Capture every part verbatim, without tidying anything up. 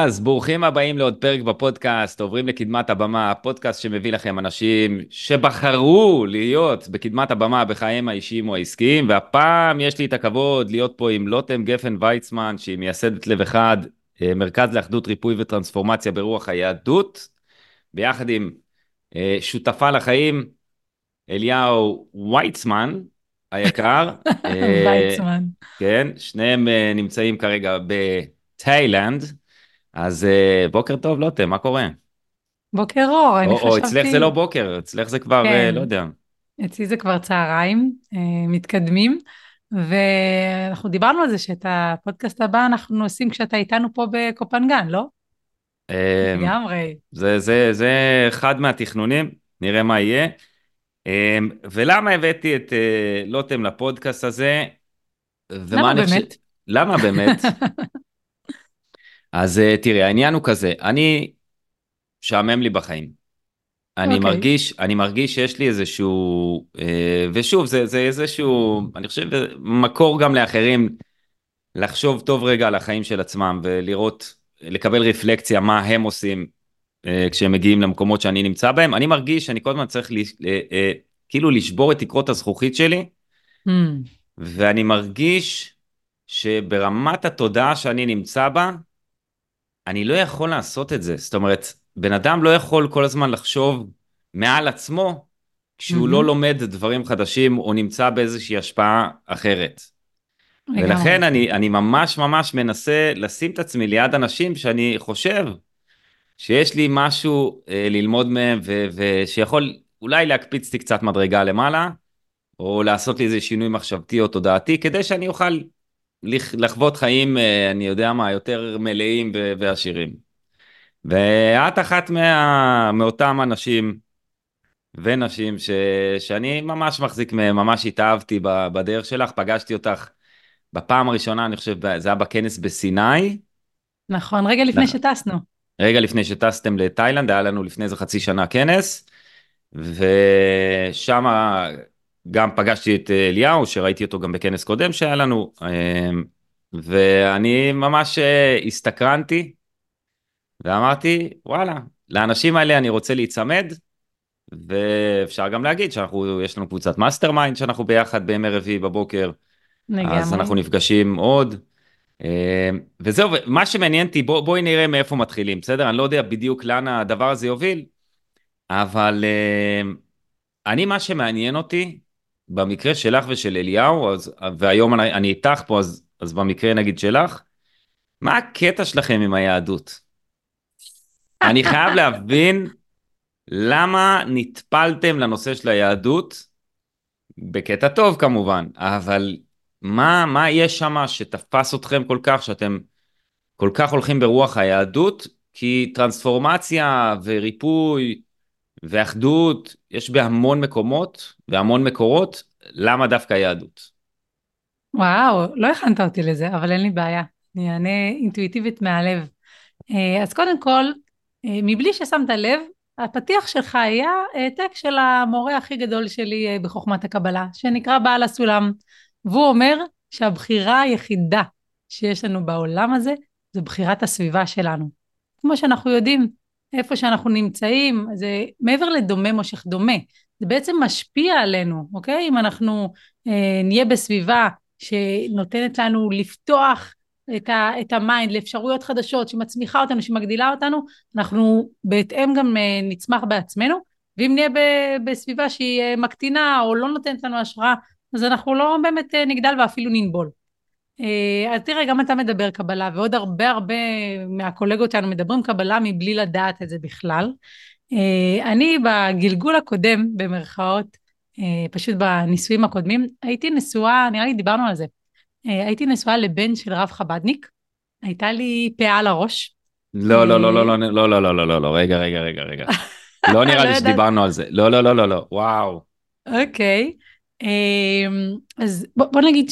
אז ברוכים הבאים לעוד פרק בפודקאסט, עוברים לקדמת הבמה, הפודקאסט שמביא לכם אנשים שבחרו להיות בקדמת הבמה בחיים האישיים או העסקיים, והפעם יש לי את הכבוד להיות פה עם לוטם גפן ויצמן, שהיא מייסדת לב אחד, מרכז לאחדות ריפוי וטרנספורמציה ברוח היהדות, ביחד עם שותפה לחיים, אליהו ויצמן היקר. ויצמן. כן, שניהם נמצאים כרגע בתאילנד. אז בוקר טוב, לוטם, מה קורה? בוקר אור, אני או, או אצלך זה חשבתי, לא בוקר, אצלך זה כבר, אה, כן, לא יודע. אצלי זה כבר צהריים, אה, מתקדמים, ואנחנו דיברנו על זה שאת הפודקאסט הבא אנחנו עושים כשאתה איתנו פה בקופנגן, לא? אה, לגמרי. זה, זה, זה אחד מהתכנונים, נראה מה יהיה. אה, ולמה הבאתי את אה, לוטם לפודקאסט הזה, ומה למה אני חושב, באמת? למה באמת? אז אה, תראה, העניין הוא כזה, אני, שעמם לי בחיים. אני אוקיי, מרגיש, אני מרגיש שיש לי איזשהו, אה, ושוב, זה, זה איזשהו, אני חושב, מקור גם לאחרים, לחשוב טוב רגע על החיים של עצמם, ולראות, לקבל רפלקציה מה הם עושים, אה, כשהם מגיעים למקומות שאני נמצא בהם. אני מרגיש שאני כל הזמן צריך ל, אה, אה, כאילו לשבור את תקרות הזכוכית שלי, Hmm, ואני מרגיש שברמת התודעה שאני נמצא בה, אני לא יכול לעשות את זה. זאת אומרת, בן אדם לא יכול כל הזמן לחשוב מעל עצמו, כשהוא לא מהמם, לומד דברים חדשים, או נמצא באיזושהי השפעה אחרת. לגמרי. ולכן אני, אני ממש ממש מנסה לשים את עצמי ליד אנשים שאני חושב שיש לי משהו אה, ללמוד מהם, ו, ושיכול אולי להקפיץ לי קצת מדרגה למעלה, או לעשות לי איזה שינוי מחשבתי או תודעתי, כדי שאני אוכל לח, לחוות חיים, אה, אני יודע מה, יותר מלאים ו, ועשירים. ואת אחת מה, מאותם אנשים ונשים ש, שאני ממש מחזיק מהם, ממש התאהבתי ב- בדרך שלך, פגשתי אותך בפעם הראשונה, אני חושב, זה היה בכנס בסיני, נכון, רגע לפני נכ- שטסנו. רגע לפני שטסתם לתאילנד, היה לנו לפני איזה חצי שנה כנס, ושם גם פגשתי את אליהו, שראיתי אותו גם בכנס קודם שהיה לנו, ואני ממש הסתקרנתי, ואמרתי, וואלה, לאנשים האלה אני רוצה להיצמד, ואפשר גם להגיד שאנחנו, יש לנו קבוצת מאסטר מיינד שאנחנו ביחד בימי רביעי בבוקר, אז לגמרי. אנחנו נפגשים עוד, וזהו, מה שמעניין אותי, בוא, בואי נראה מאיפה מתחילים, בסדר? אני לא יודע בדיוק לאן הדבר הזה יוביל, אבל אני, מה שמעניין אותי, במקרה שלך ושל אליהו, אז, והיום אני, אני איתך פה, אז, אז במקרה נגיד שלך, מה הקטע שלכם עם היהדות? אני חייב להבין למה נטפלתם לנושא של היהדות, בקטע טוב כמובן, אבל מה, מה יש שם שתפס אתכם כל כך, שאתם כל כך הולכים ברוח היהדות? כי טרנספורמציה וריפוי ואחדות יש בהמון מקומות והמון מקורות, למה דווקא יהדות? וואו, לא הכנת אותי לזה, אבל אין לי בעיה. אני אענה אינטואיטיבית מהלב. אה, אז קודם כל, אה, מבלי ששמת לב, הפתיח שלך היה העתק של המורה הכי גדול שלי אה, בחוכמת הקבלה, שנקרא בעל הסולם, והוא אומר שהבחירה היחידה שיש לנו בעולם הזה, זה בחירת הסביבה שלנו. כמו שאנחנו יודעים, איפה שאנחנו נמצאים, זה מעבר לדומה מושך דומה, זה בעצם משפיע עלינו, אוקיי? אם אנחנו אה, נהיה בסביבה שנותנת לנו לפתוח את, ה, את המיינד לאפשרויות חדשות, שמצמיחה אותנו, שמגדילה אותנו, אנחנו בהתאם גם אה, נצמח בעצמנו, ואם נהיה ב, בסביבה שהיא אה, מקטינה או לא נותנת לנו השראה, אז אנחנו לא באמת אה, נגדל ואפילו ננבול. אה, אז תראה, גם אתה מדבר קבלה, ועוד הרבה הרבה מהקולגות שלנו מדברים קבלה מבלי לדעת את זה בכלל. אה, אני בגלגול הקודם, במרכאות, אה, פשוט בנישואים הקודמים, הייתי נשואה, נראה לי דיברנו על זה, אה, הייתי נשואה לבן של רב חבדניק, הייתה לי פאה על הראש. לא, לא, לא, לא, אה, לא, לא, לא, לא, לא, לא, לא, רגע, רגע, רגע, רגע. לא נראה לא לי יודעת, שדיברנו על זה. לא, לא, לא, לא, לא, וואו. אוקיי. אה, אז בוא, בוא נגיד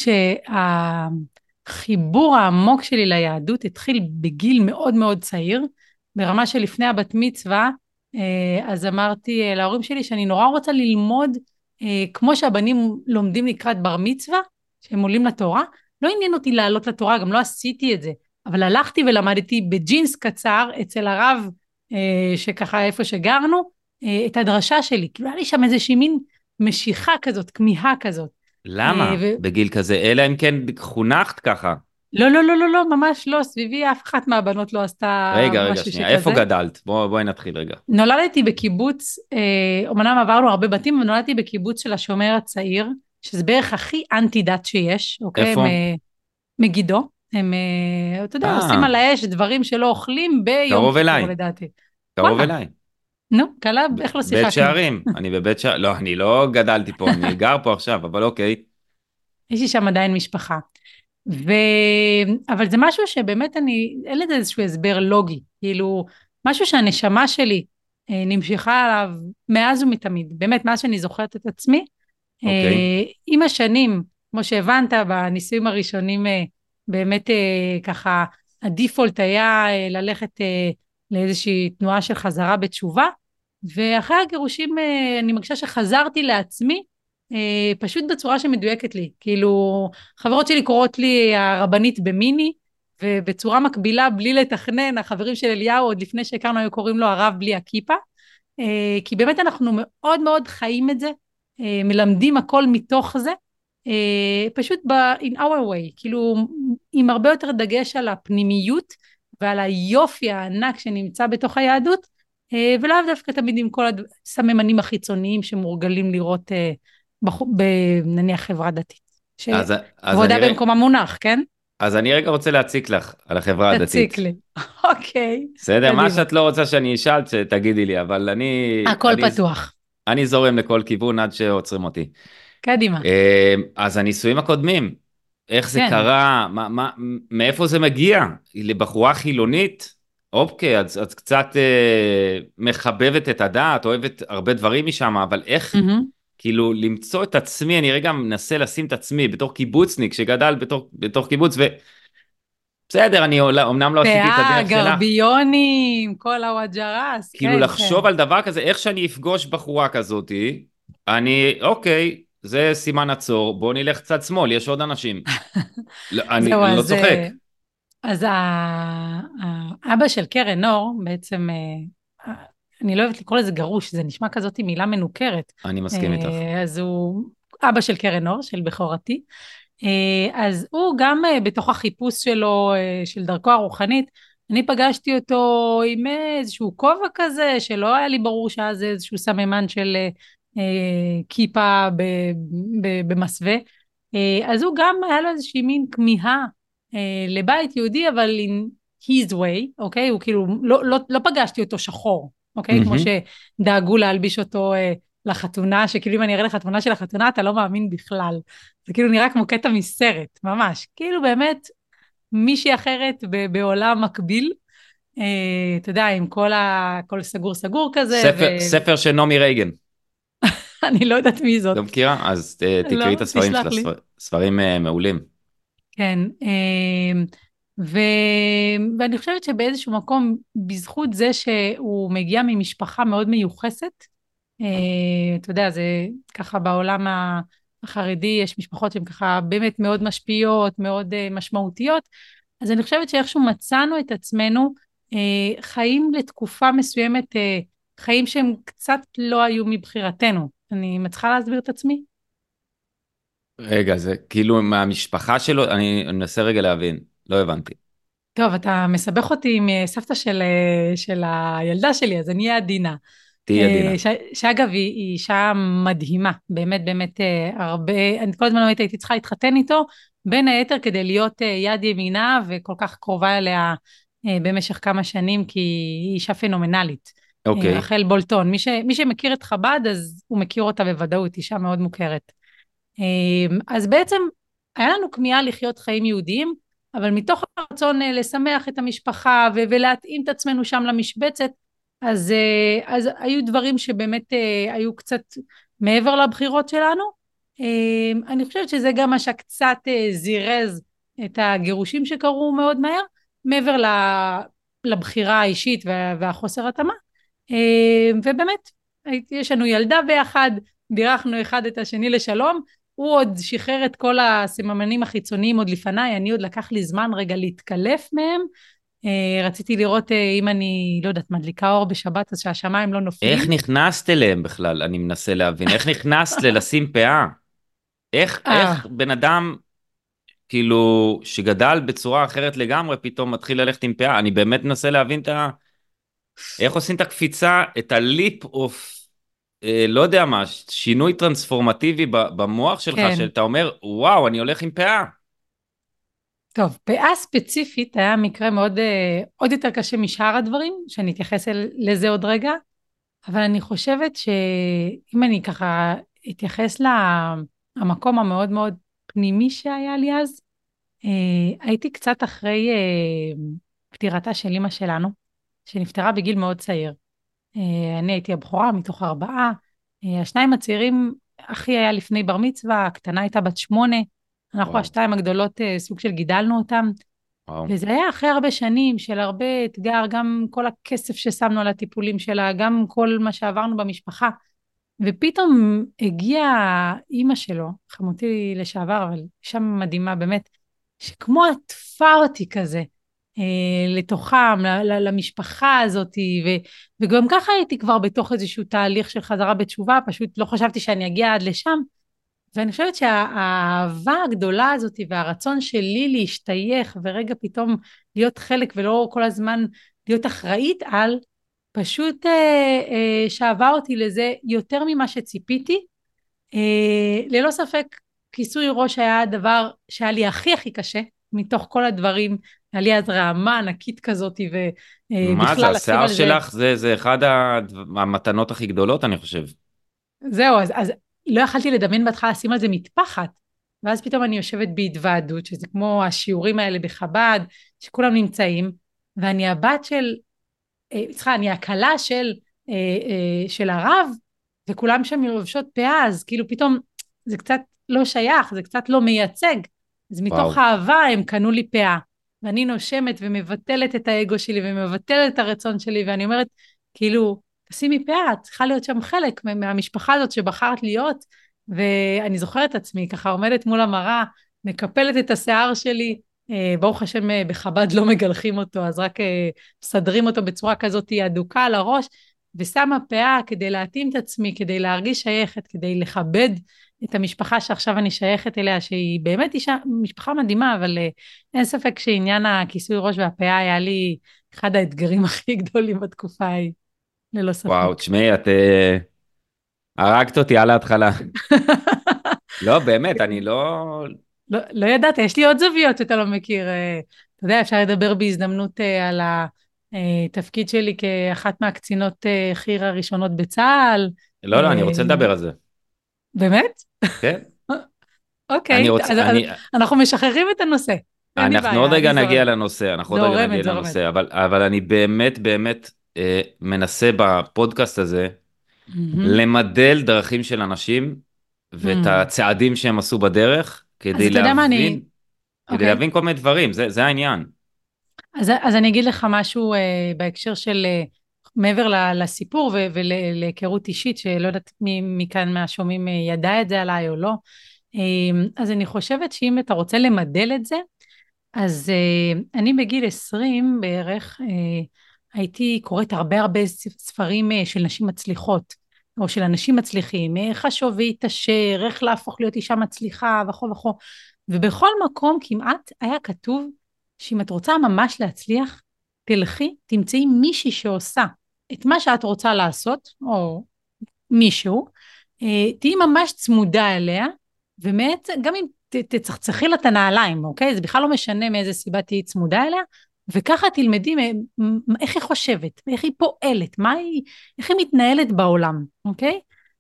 שהחיבור העמוק שלי ליהדות התחיל בגיל מאוד מאוד צעיר, ברמה שלפני הבת מצווה, אה, אז אמרתי אה, להורים שלי שאני נורא רוצה ללמוד אה, כמו שהבנים לומדים לקראת בר מצווה, שהם עולים לתורה. לא עניין אותי לעלות לתורה, גם לא עשיתי את זה, אבל הלכתי ולמדתי בג'ינס קצר אצל הרב, אה, שככה איפה שגרנו, אה, את הדרשה שלי. כאילו היה לי שם איזושהי מין משיכה כזאת, כמיהה כזאת. למה? אה, ו... בגיל כזה, אלא אם כן חונכת ככה. לא, לא, לא, לא, לא, ממש לא, סביבי אף אחת מהבנות לא עשתה רגע, רגע, משהו שנייה, איפה שכזה. גדלת? בוא, בואי נתחיל רגע. נולדתי בקיבוץ, אה, אמנם עברנו הרבה בתים, אבל נולדתי בקיבוץ של השומר הצעיר, שזה בערך הכי אנטי דת שיש, אוקיי? הם, איפה? אה, מגידו. הם, אה, אתה יודע, עושים אה, על האש דברים שלא אוכלים ביום קרוב כיפור אליי, לדעתי. קרוב וואלה, אליי. נו, קלה, ב- איך לא בית שיחקנו? שערים, אני בבית שערים, לא, אני לא גדלתי פה, אני גר פה עכשיו, אבל אוקיי. יש לי שם עדיין משפחה. ו... אבל זה משהו שבאמת אני, אין לזה איזשהו הסבר לוגי, כאילו, משהו שהנשמה שלי אה, נמשכה עליו מאז ומתמיד, באמת, מאז שאני זוכרת את עצמי. אה, אוקיי. עם השנים, כמו שהבנת, בניסויים הראשונים, אה, באמת אה, ככה, הדיפולט היה אה, ללכת אה, לאיזושהי תנועה של חזרה בתשובה, ואחרי הגירושים אה, אני מרגישה שחזרתי לעצמי, אה, פשוט בצורה שמדויקת לי, כאילו חברות שלי קוראות לי הרבנית במיני, ובצורה מקבילה בלי לתכנן, החברים של אליהו עוד לפני שהכרנו היו קוראים לו הרב בלי הכיפה, אה, כי באמת אנחנו מאוד מאוד חיים את זה, אה, מלמדים הכל מתוך זה, אה, פשוט ב- in our way, כאילו עם הרבה יותר דגש על הפנימיות ועל היופי הענק שנמצא בתוך היהדות, אה, ולאו דווקא תמיד עם כל הסממנים החיצוניים שמורגלים לראות אה, בח- בנניח חברה דתית, אז, אז שכבודה אני, ר- במקומה מונח, כן? אז אני רגע רוצה להציק לך על החברה תציק הדתית. לי. אוקיי, בסדר? מה קדימה. שאת לא רוצה שאני אשאל, תגידי לי, אבל אני, הכל אני, פתוח. אני זורם לכל כיוון עד שעוצרים אותי. קדימה. אה, אז הנישואים הקודמים, איך זה כן. קרה, מה, מה, מאיפה זה מגיע? היא לבחורה חילונית? אוקיי, אז, אז קצת אה, מחבבת את הדעת, אוהבת הרבה דברים משם, אבל איך, מהמם. כאילו, למצוא את עצמי, אני רגע מנסה לשים את עצמי בתור קיבוצניק שגדל בתור, בתור קיבוץ, ובסדר, אני אומנם לא עשיתי את פאה, הדרך שלך, גרביונים, כל הוואג'רס, כאילו כן, כן. לחשוב על דבר כזה, איך שאני אפגוש בחורה כזאתי, אני, אוקיי, זה סימן עצור, בוא נלך קצת שמאל, יש עוד אנשים. לא, אני, זהו, אני לא אז, צוחק, אה, אז ה- האבא של קרן אור, בעצם, אה, אה, אני לא אוהבת לקרוא לזה גרוש, זה נשמע כזאת מילה מנוכרת. אני מסכים איתך. אה, אז הוא אבא של קרן אור, של בכורתי. אה, אז הוא גם אה, בתוך החיפוש שלו, אה, של דרכו הרוחנית, אני פגשתי אותו עם איזשהו כובע כזה, שלא היה לי ברור שהיה זה איזשהו סממן של אה, אה, כיפה ב- ב- במסווה. אה, אז הוא גם היה לו איזושהי מין כמיהה אה, לבית יהודי, אבל in his way, אוקיי? הוא כאילו, לא, לא, לא פגשתי אותו שחור, אוקיי? כמו מהמם. שדאגו להלביש אותו אה, לחתונה, שכאילו אם אני אראה לך תמונה של החתונה, אתה לא מאמין בכלל. זה כאילו נראה כמו קטע מסרט, ממש. כאילו באמת מישהי אחרת ב- בעולם מקביל, אה, אתה יודע, עם כל ה... כל סגור סגור כזה, ספר, ספר של נעמי רייגן, ואני לא יודעת מי זאת. לא מכירה? אז uh, תקראי לא, את הספרים תשלח שלה, לי. ספר, ספרים uh, מעולים. כן, אה, ו... ואני חושבת שבאיזשהו מקום, בזכות זה שהוא מגיע ממשפחה מאוד מיוחסת, אה, אתה יודע, זה ככה בעולם ה- החרדי, יש משפחות שהן ככה באמת מאוד משפיעות, מאוד אה, משמעותיות, אז אני חושבת שאיכשהו מצאנו את עצמנו אה, חיים לתקופה מסוימת, אה, חיים שהם קצת לא היו מבחירתנו. אני מצליחה להסביר את עצמי? רגע, זה כאילו מהמשפחה שלו, אני מנסה רגע להבין, לא הבנתי. טוב, אתה מסבך אותי עם אה, סבתא של, אה, של הילדה שלי, אז אני אהיה עדינה. תהיי עדינה. אה, ש, שאגב, היא, היא אישה מדהימה, באמת באמת אה, הרבה, אני כל הזמן אומרת, הייתי צריכה להתחתן איתו, בין היתר כדי להיות אה, יד ימינה וכל כך קרובה אליה אה, במשך כמה שנים, כי היא אישה פנומנלית. אה, אוקיי. רחל בולטון, מי, ש, מי שמכיר את חב"ד, אז הוא מכיר אותה בוודאות, אישה מאוד מוכרת. אה, אז בעצם היה לנו כמיהה לחיות חיים יהודיים, אבל מתוך הרצון אה, לשמח את המשפחה ו- ולהתאים את עצמנו שם למשבצת, אז, אה, אז היו דברים שבאמת אה, היו קצת מעבר לבחירות שלנו. אה, אני חושבת שזה גם מה שקצת אה, זירז את הגירושים שקרו מאוד מהר, מעבר ל- לבחירה האישית וה- והחוסר התאמה. אה, ובאמת, הייתי- יש לנו ילדה ביחד, בירכנו אחד את השני לשלום, הוא עוד שחרר את כל הסממנים החיצוניים עוד לפניי, אני עוד לקח לי זמן רגע להתקלף מהם, אה, רציתי לראות אה, אם אני, לא יודעת, מדליקה אור בשבת, אז שהשמיים לא איך נופלים. נכנסת אליהם בכלל? אני מנסה להבין. איך נכנסת ללשים פאה? איך, אה, איך בן אדם, כאילו, שגדל בצורה אחרת לגמרי, פתאום מתחיל ללכת עם פאה? אני באמת מנסה להבין את ה... איך עושים את הקפיצה, את הליפ אוף, אה, לא יודע מה, שינוי טרנספורמטיבי ב- במוח שלך, כן. שאתה אומר, וואו, אני הולך עם פאה. טוב, פאה ספציפית היה מקרה מאוד, אה, עוד יותר קשה משאר הדברים, שאני אתייחס אל, לזה עוד רגע, אבל אני חושבת שאם אני ככה אתייחס למקום המאוד מאוד פנימי שהיה לי אז, אה, הייתי קצת אחרי אה, פטירתה של אמא שלנו, שנפטרה בגיל מאוד צעיר. אה, אני הייתי הבכורה מתוך ארבעה, אה, השניים הצעירים, אחי היה לפני בר מצווה, הקטנה הייתה בת שמונה, אנחנו וואו, השתיים הגדולות אה, סוג של גידלנו אותם, וואו, וזה היה אחרי הרבה שנים של הרבה אתגר, גם כל הכסף ששמנו על הטיפולים שלה, גם כל מה שעברנו במשפחה. ופתאום הגיעה אימא שלו, חמותי לשעבר, אבל אישה מדהימה באמת, שכמו עטפה אותי כזה, אה, לתוכם, ל- ל- למשפחה הזאת, ו- וגם ככה הייתי כבר בתוך איזשהו תהליך של חזרה בתשובה, פשוט לא חשבתי שאני אגיע עד לשם, ואני חושבת שהאהבה הגדולה הזאת והרצון שלי להשתייך ורגע פתאום להיות חלק ולא כל הזמן להיות אחראית על, פשוט אה, אה, שאבה אותי לזה יותר ממה שציפיתי. אה, ללא ספק כיסוי ראש היה הדבר שהיה לי הכי הכי קשה מתוך כל הדברים. היה לי אז רעמה ענקית כזאת מה זה, ובכלל לשים השיער על זה. שלך זה, זה אחד הדו- המתנות הכי גדולות, אני חושב. זהו, אז, אז לא יכלתי לדמיין בהתחלה לשים על זה מטפחת, ואז פתאום אני יושבת בהתוועדות, שזה כמו השיעורים האלה בחב"ד, שכולם נמצאים, ואני הבת של, אה, סליחה, אני הכלה של, אה, אה, של הרב, וכולם שם לובשות פאה, אז כאילו פתאום זה קצת לא שייך, זה קצת לא מייצג, אז מתוך וואו, אהבה הם קנו לי פאה, ואני נושמת ומבטלת את האגו שלי, ומבטלת את הרצון שלי, ואני אומרת, כאילו, תשימי פאה, את צריכה להיות שם חלק מהמשפחה הזאת שבחרת להיות, ואני זוכרת את עצמי, ככה עומדת מול המראה, מקפלת את השיער שלי, אה, ברוך השם אה, בחב"ד לא מגלחים אותו, אז רק אה, מסדרים אותו בצורה כזאת אדוקה על הראש, ושמה פאה כדי להתאים את עצמי, כדי להרגיש שייכת, כדי לכבד את המשפחה שעכשיו אני שייכת אליה, שהיא באמת אישה, משפחה מדהימה, אבל אה, אין ספק שעניין הכיסוי ראש והפאה היה לי אחד האתגרים הכי גדולים בתקופה ההיא, ללא וואו, ספק. תשמעי, את אה, הרגת אותי על ההתחלה. לא, באמת, אני לא... לא, לא ידעת, יש לי עוד זוויות שאתה לא מכיר. אה, אתה יודע, אפשר לדבר בהזדמנות אה, על התפקיד שלי כאחת מהקצינות אה, חי"ר הראשונות בצה"ל. לא, לא, אני רוצה אה, לדבר על זה. באמת? כן? אני אוקיי, רוצה, אז, אז אני, אנחנו משחררים את הנושא. אין לי אנחנו עוד בעיה, רגע אני נגיע זורמת. לנושא, אנחנו עוד רגע נגיע זורמת, זורמת. לנושא, אבל, אבל אני באמת, באמת אה, מנסה בפודקאסט הזה מהמם. למדל דרכים של אנשים ואת מהמם. הצעדים שהם עשו בדרך, אז כדי אתה יודע מה אני... להבין, כדי אוקיי. להבין כל מיני דברים, זה, זה העניין. אז, אז אני אגיד לך משהו אה, בהקשר של אה, מעבר ל, לסיפור ו- ולהיכרות אישית, שלא יודעת מי מכאן מהשומעים אה, ידע את זה עליי או לא. אה, אז אני חושבת שאם אתה רוצה למדל את זה, אז אה, אני בגיל עשרים בערך, אה, הייתי קוראת הרבה הרבה ספרים אה, של נשים מצליחות, או של אנשים מצליחים, איך השוב והתעשר, איך להפוך להיות אישה מצליחה וכו' וכו'. ובכל מקום כמעט היה כתוב שאם את רוצה ממש להצליח, תלכי, תמצאי מישהי שעושה את מה שאת רוצה לעשות, או מישהו, אה, תהיי ממש צמודה אליה, ובעצם גם אם ת- תצחצחי לה את הנעליים, אוקיי? זה בכלל לא משנה מאיזה סיבה תהיי צמודה אליה, וככה תלמדי מ- מ- איך היא חושבת, איך היא פועלת, מה היא, איך היא מתנהלת בעולם, אוקיי?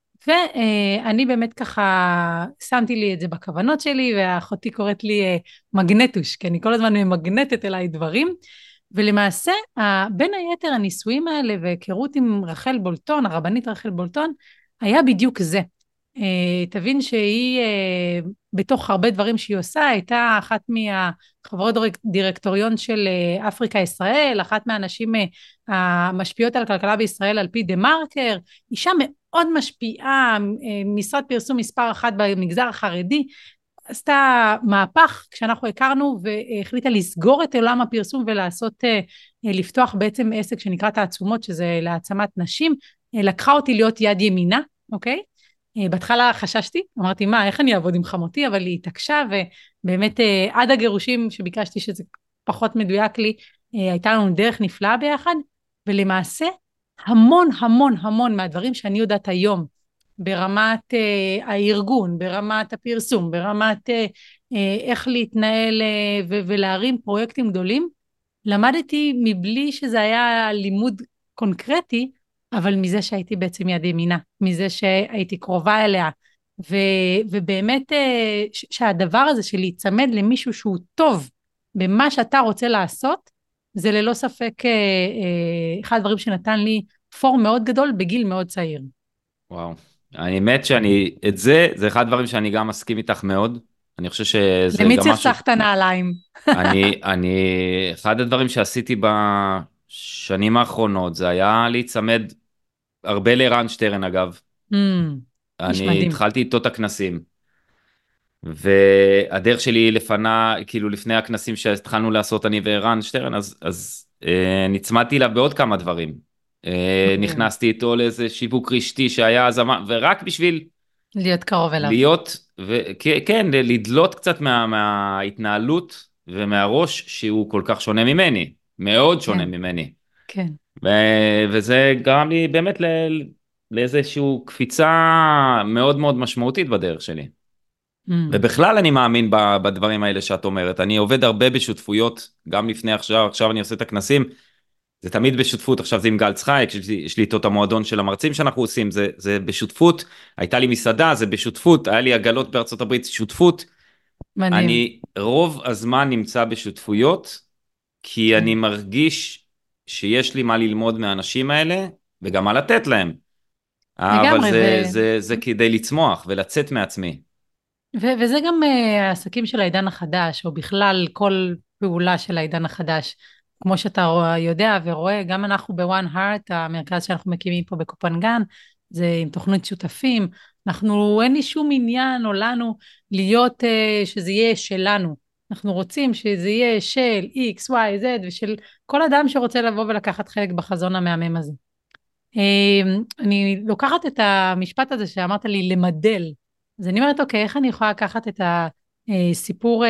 ואני באמת ככה שמתי לי את זה בכוונות שלי, ואחותי קוראת לי אה, מגנטוש, כי אני כל הזמן ממגנטת אליי דברים, ולמעשה, ה- בין היתר הניסויים האלה והיכרות עם רחל בולטון, הרבנית רחל בולטון, היה בדיוק זה. תבין שהיא, בתוך הרבה דברים שהיא עושה, הייתה אחת מהחברות דירקטוריון של אפריקה ישראל, אחת מהנשים המשפיעות על הכלכלה בישראל על פי דה מרקר, אישה מאוד משפיעה, משרד פרסום מספר אחת במגזר החרדי, עשתה מהפך כשאנחנו הכרנו והחליטה לסגור את עולם הפרסום ולעשות, לפתוח בעצם עסק שנקרא תעצומות, שזה להעצמת נשים, לקחה אותי להיות יד ימינה, אוקיי? בהתחלה חששתי, אמרתי מה, איך אני אעבוד עם חמותי, אבל היא התעקשה, ובאמת עד הגירושים שביקשתי שזה פחות מדויק לי, הייתה לנו דרך נפלאה ביחד, ולמעשה המון המון המון מהדברים שאני יודעת היום, ברמת uh, הארגון, ברמת הפרסום, ברמת uh, uh, איך להתנהל uh, ו- ולהרים פרויקטים גדולים, למדתי מבלי שזה היה לימוד קונקרטי, אבל מזה שהייתי בעצם יד ימינה, מזה שהייתי קרובה אליה, ו- ובאמת uh, ש- שהדבר הזה של להיצמד למישהו שהוא טוב במה שאתה רוצה לעשות, זה ללא ספק uh, uh, אחד הדברים שנתן לי פור מאוד גדול בגיל מאוד צעיר. וואו. אני מת שאני, את זה, זה אחד הדברים שאני גם מסכים איתך מאוד. אני חושב שזה למי גם משהו, צחצחת נעליים? אני, אני, אחד הדברים שעשיתי בשנים האחרונות, זה היה להיצמד הרבה לערן שטרן אגב. Mm, איש אני מדהים. התחלתי איתו את הכנסים, והדרך שלי לפנה, כאילו לפני הכנסים שהתחלנו לעשות אני וערן שטרן, אז, אז אה, נצמדתי אליו בעוד כמה דברים. אה, מדהים. נכנסתי איתו לאיזה שיווק רשתי שהיה אז, ורק בשביל להיות קרוב אליו. להיות, וכן, לדלות קצת מה, מההתנהלות ומהראש שהוא כל כך שונה ממני, מאוד שונה כן, ממני. כן. ו, וזה גרם לי באמת ל, לאיזושהי קפיצה מאוד מאוד משמעותית בדרך שלי. Mm, ובכלל אני מאמין ב- בדברים האלה שאת אומרת. אני עובד הרבה בשותפויות, גם לפני עכשיו, עכשיו אני עושה את הכנסים, זה תמיד בשותפות. עכשיו זה עם גל צחייק, יש לי, יש לי איתו את המועדון של המרצים שאנחנו עושים, זה, זה בשותפות. הייתה לי מסעדה, זה בשותפות, היה לי עגלות בארצות הברית, שותפות. מדהים. אני רוב הזמן נמצא בשותפויות, כי כן. אני מרגיש שיש לי מה ללמוד מהאנשים האלה, וגם מה לתת להם. אבל לגמרי, ו... זה, זה, זה כדי לצמוח ולצאת מעצמי. ו... וזה גם uh, העסקים של העידן החדש, או בכלל כל פעולה של העידן החדש. כמו שאתה רוא- יודע ורואה, גם אנחנו בוואן הארט, המרכז שאנחנו מקימים פה בקופנגן, זה עם תוכנית שותפים. אנחנו, אין לי שום עניין או לנו להיות, uh, שזה יהיה שלנו. אנחנו רוצים שזה יהיה של X, Y, Z, ושל כל אדם שרוצה לבוא ולקחת חלק בחזון המהמם הזה. אמ, אני לוקחת את המשפט הזה שאמרת לי למדל, אז אני אומרת אוקיי, איך אני יכולה לקחת את הסיפור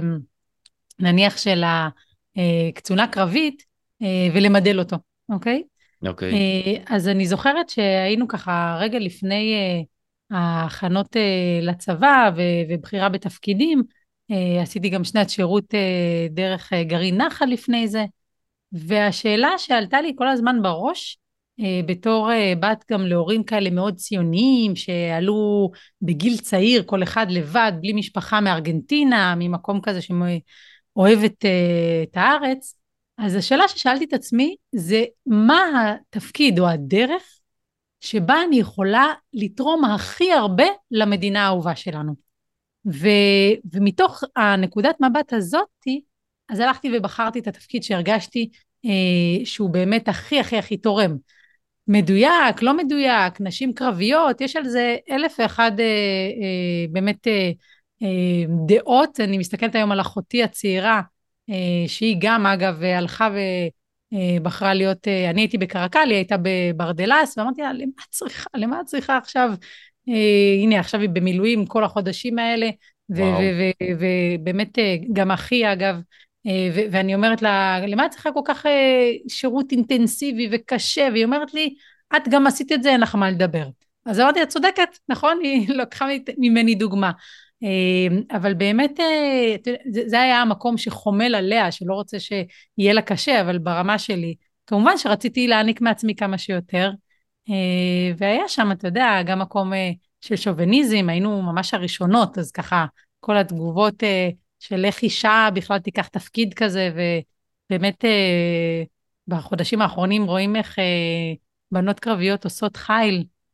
נניח של הקצונה קרבית ולמדל אותו, אוקיי? אוקיי. אז אני זוכרת שהיינו ככה רגע לפני ההכנות לצבא ובחירה בתפקידים, עשיתי גם שנת שירות דרך גרעין נחל לפני זה, והשאלה שעלתה לי כל הזמן בראש, אה, בתור אה, בת גם להורים כאלה מאוד ציוניים, שעלו בגיל צעיר, כל אחד לבד, בלי משפחה מארגנטינה, ממקום כזה שאוהבת אה, את הארץ, אז השאלה ששאלתי את עצמי, זה מה התפקיד או הדרך שבה אני יכולה לתרום הכי הרבה למדינה האהובה שלנו. ו, ומתוך הנקודת מבט הזאתי, אז הלכתי ובחרתי את התפקיד שהרגשתי אה, שהוא באמת הכי הכי הכי תורם. מדויק, לא מדויק, נשים קרביות, יש על זה אלף ואחד אה, אה, באמת אה, אה, דעות. אני מסתכלת היום על אחותי הצעירה, אה, שהיא גם אגב הלכה ובחרה להיות, אה, אני הייתי בקרקל, היא הייתה בברדלס, ואמרתי לה, למה את צריכה, למה את צריכה עכשיו, אה, הנה עכשיו היא במילואים כל החודשים האלה, וואו. ובאמת אה, גם אחי אגב, אה, ו- ואני אומרת לה, למה את צריכה כל כך אה, שירות אינטנסיבי וקשה? והיא אומרת לי, את גם עשית את זה, אין לך מה לדבר. אז אמרתי, את צודקת, נכון? היא לקחה ממני דוגמה. אה, אבל באמת, אה, אתה יודע, זה, זה היה המקום שחומל עליה, שלא רוצה שיהיה לה קשה, אבל ברמה שלי, כמובן שרציתי להעניק מעצמי כמה שיותר, אה, והיה שם, אתה יודע, גם מקום אה, של שוביניזם, היינו ממש הראשונות, אז ככה, כל התגובות אה, של איך אישה בכלל תיקח תפקיד כזה, ובאמת אה, בחודשים האחרונים רואים איך אה, בנות קרביות עושות חיל,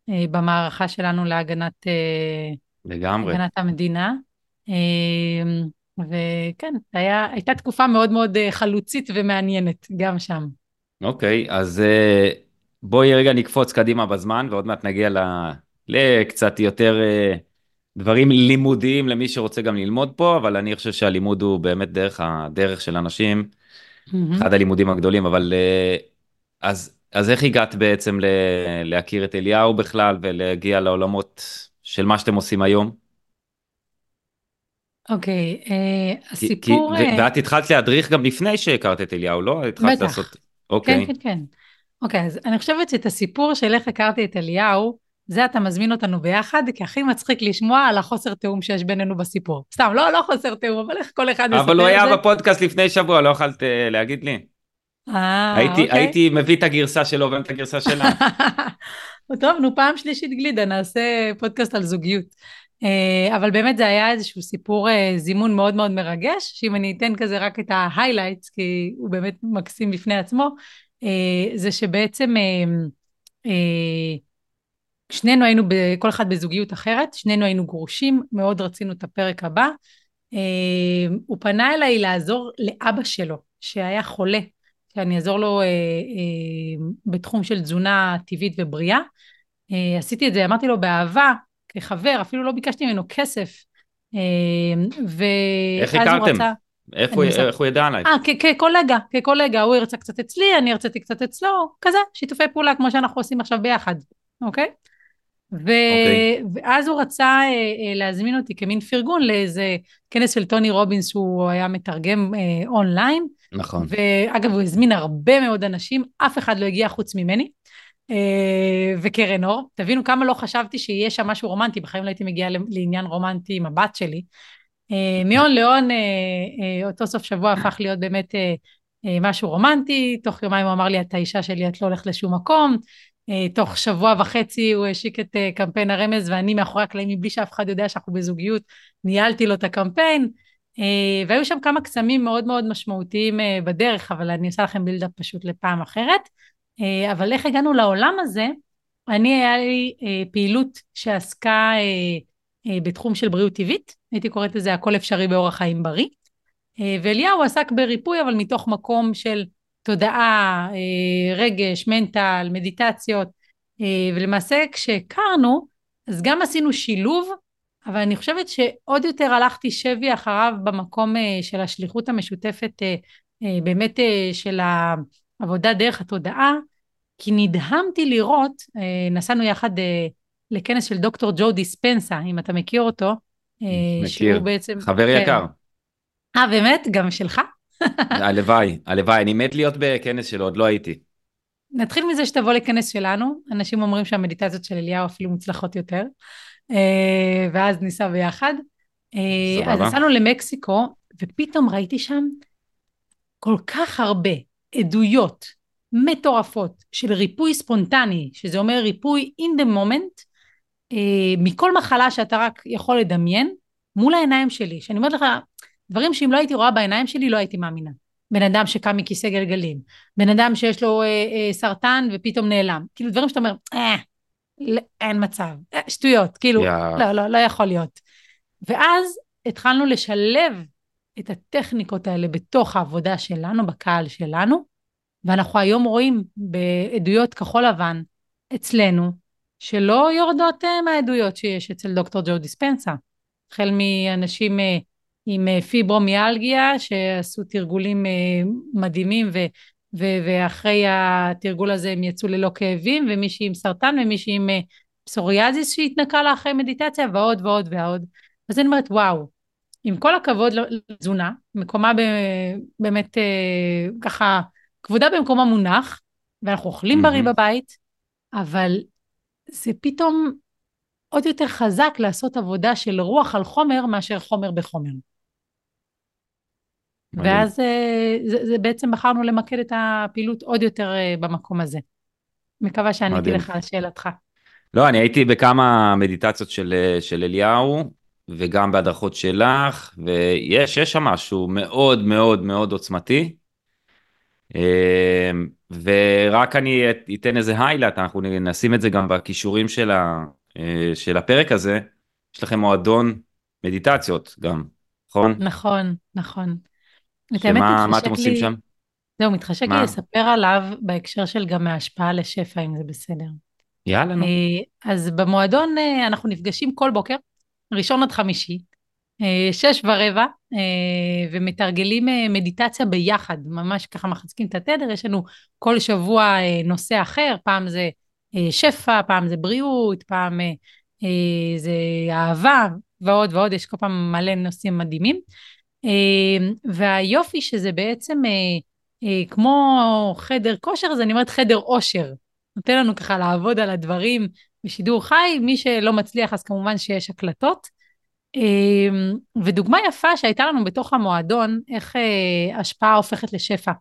אה, במערכה שלנו להגנת אה, לגמרי. הגנת המדינה. אה, וכן, היה, הייתה תקופה מאוד מאוד אה, חלוצית ומעניינת, גם שם. אוקיי, אז אה, בואי רגע נקפוץ קדימה בזמן, ועוד מעט נגיע ל... לקצת יותר אה, דברים לימודיים למי שרוצה גם ללמוד פה, אבל אני חושב שהלימוד הוא באמת דרך הדרך של אנשים, מהמם. אחד הלימודים הגדולים, אבל אה, אז, אז איך הגעת בעצם ל... להכיר את אליהו בכלל, ולהגיע לעולמות של מה שאתם עושים היום? אוקיי, אה, כי, כי, הסיפור, ו- אה, ואת התחלת להדריך גם לפני שהכרת את אליהו, לא? התחלת בטח, לעשות... כן, אוקיי. כן, כן. אוקיי, אז אני חושבת שאת הסיפור של איך הכרתי את אליהו, זה אתה מזמין אותנו ביחד, כי הכי מצחיק לשמוע על החוסר תיאום שיש בינינו בסיפור. סתם, לא, לא חוסר תיאום, אבל איך כל אחד אבל הוא מספר את היה זה. בפודקאסט לפני שבוע, לא יכולת אה, להגיד לי? אה, הייתי, אוקיי. הייתי מביא את הגרסה שלו ואת הגרסה שלך. טוב, נו, פעם שלישית גלידה, נעשה פודקאסט על זוגיות. אה, אבל באמת זה היה איזשהו סיפור אה, זימון מאוד מאוד מרגש, שאם אני אתן כזה רק את ההיילייטס, כי הוא באמת מקסים בפני עצמו, אה, זה שבעצם אה, אה, שנינו היינו, ב- כל אחד בזוגיות אחרת, שנינו היינו גרושים, מאוד רצינו את הפרק הבא. אה, הוא פנה אליי לעזור לאבא שלו, שהיה חולה, שאני אעזור לו אה, אה, בתחום של תזונה טבעית ובריאה. אה, עשיתי את זה, אמרתי לו באהבה, כחבר, אפילו לא ביקשתי ממנו כסף. אה, איך ואז הוא הכרתם? רצה, איך הוא, אני מספר, איך הוא ידע עלייך? אה, כ- כקולגה, כקולגה, הוא ירצה קצת אצלי, אני הרציתי קצת אצלו, כזה, שיתופי פעולה כמו שאנחנו עושים עכשיו ביחד, אוקיי? ו... אוקיי, ואז הוא רצה אה, אה, להזמין אותי כמין פרגון לאיזה כנס של טוני רובינס שהוא היה מתרגם אה, אונליין, נכון. ואגב הוא הזמין הרבה מאוד אנשים, אף אחד לא הגיע חוץ ממני אה, וקרן אור, תבינו כמה לא חשבתי שיהיה שם משהו רומנטי, בחיים לא הייתי מגיעה לעניין רומנטי עם הבת שלי. אה, מהון להון אה, אה, אותו סוף שבוע הפך להיות באמת אה, אה, משהו רומנטי, תוך יומיים הוא אמר לי את האישה שלי את לא הולכת לשום מקום, אה, תוך שבוע וחצי הוא השיק את אה, קמפיין הרמז ואני מאחורי הקלעים מבלי שאף אחד יודע שאנחנו בזוגיות ניהלתי לו את הקמפיין, אה, והיו שם כמה קסמים מאוד מאוד משמעותיים אה, בדרך, אבל אני עושה לכם בילדאפ פשוט לפעם אחרת. אה, אבל איך הגענו לעולם הזה? אני היה לי אה, פעילות שעסקה אה, אה, בתחום של בריאות טבעית, הייתי קוראת לזה הכל אפשרי באורח חיים בריא, אה, ואליהו עסק בריפוי אבל מתוך מקום של תודעה, אה, רגש, מנטל, מדיטציות, אה, ולמעשה כשהכרנו אז גם עשינו שילוב, אבל אני חושבת שעוד יותר הלכתי שבי אחריו במקום אה, של השליחות המשותפת, אה, אה, באמת אה, של העבודה דרך התודעה, כי נדהמתי לראות, אה, נסענו יחד אה, לכנס של דוקטור ג'ו דיספנסה, אם אתה מכיר אותו, אה, שהוא מכיר. בעצם, חבר כן. יקר. אה, באמת? גם שלך? הלוואי, הלוואי, אני מת להיות בכנס שלו, עוד לא הייתי. נתחיל מזה שתבוא לכנס שלנו, אנשים אומרים שהמדיטציות של אליהו אפילו מוצלחות יותר, אה, ואז ניסע ביחד. אה, אז סבבה? נסענו למקסיקו, ופתאום ראיתי שם כל כך הרבה עדויות מטורפות של ריפוי ספונטני, שזה אומר ריפוי in the moment, אה, מכל מחלה שאתה רק יכול לדמיין, מול העיניים שלי, שאני אומרת לך, דברים שאם לא הייתי רואה בעיניים שלי, לא הייתי מאמינה. בן אדם שקם מכיסא גלגלים, בן אדם שיש לו אה, אה, סרטן ופתאום נעלם, כאילו דברים שאתה אומר, אה, לא, אין מצב, אה, שטויות, כאילו, יא... לא, לא, לא יכול להיות. ואז התחלנו לשלב את הטכניקות האלה בתוך העבודה שלנו, בקהל שלנו, ואנחנו היום רואים בעדויות כחול לבן אצלנו, שלא יורדות אה, מהעדויות שיש אצל דוקטור ג'ו דיספנסה. החל מאנשים אה, עם אה, פיברומיאלגיה, שעשו תרגולים אה, מדהימים, ו, ו, ואחרי התרגול הזה הם יצאו ללא כאבים, ומישהי עם סרטן, ומישהי עם אה, פסוריאזיס שהתנקה לה אחרי מדיטציה, ועוד ועוד ועוד. אז אני אומרת, וואו, עם כל הכבוד לתזונה, מקומה ב, באמת אה, ככה, כבודה במקומה מונח, ואנחנו אוכלים בריא מהמם. בבית, אבל זה פתאום עוד יותר חזק לעשות עבודה של רוח על חומר מאשר חומר בחומר. מדהים, ואז אה, זה, זה בעצם בחרנו למקד את הפעילות עוד יותר אה, במקום הזה. מקווה שעניתי מדהים. לך על שאלתך. לא, אני הייתי בכמה מדיטציות של, של אליהו, וגם בהדרכות שלך, ויש, יש שם משהו מאוד מאוד מאוד עוצמתי. אה, ורק אני אתן איזה היילייט, אנחנו נשים את זה גם בכישורים של, ה, אה, של הפרק הזה, יש לכם מועדון מדיטציות גם, נכון? נכון, נכון. את האמת שמה מה אתם מתחשק עושים לי, שם? זהו, מתחשק לי מה? לספר עליו בהקשר של גם ההשפעה לשפע, אם זה בסדר. יאללה נו. אה, אז במועדון אה, אנחנו נפגשים כל בוקר, ראשון עד חמישי, אה, שש ורבע, אה, ומתרגלים אה, מדיטציה ביחד, ממש ככה מחזקים את התדר, יש לנו כל שבוע אה, נושא אחר, פעם זה אה, שפע, פעם זה בריאות, פעם אה, אה, זה אהבה, ועוד ועוד, יש כל פעם מלא נושאים מדהימים. אה, והיופי שזה בעצם אה, אה, כמו חדר כושר, אז אני אומרת חדר עושר, נותן לנו ככה לעבוד על הדברים בשידור חי, מי שלא מצליח אז כמובן שיש הקלטות. אמ, ודוגמה יפה שהייתה לנו בתוך המועדון, איך אה, השפעה הופכת לשפע.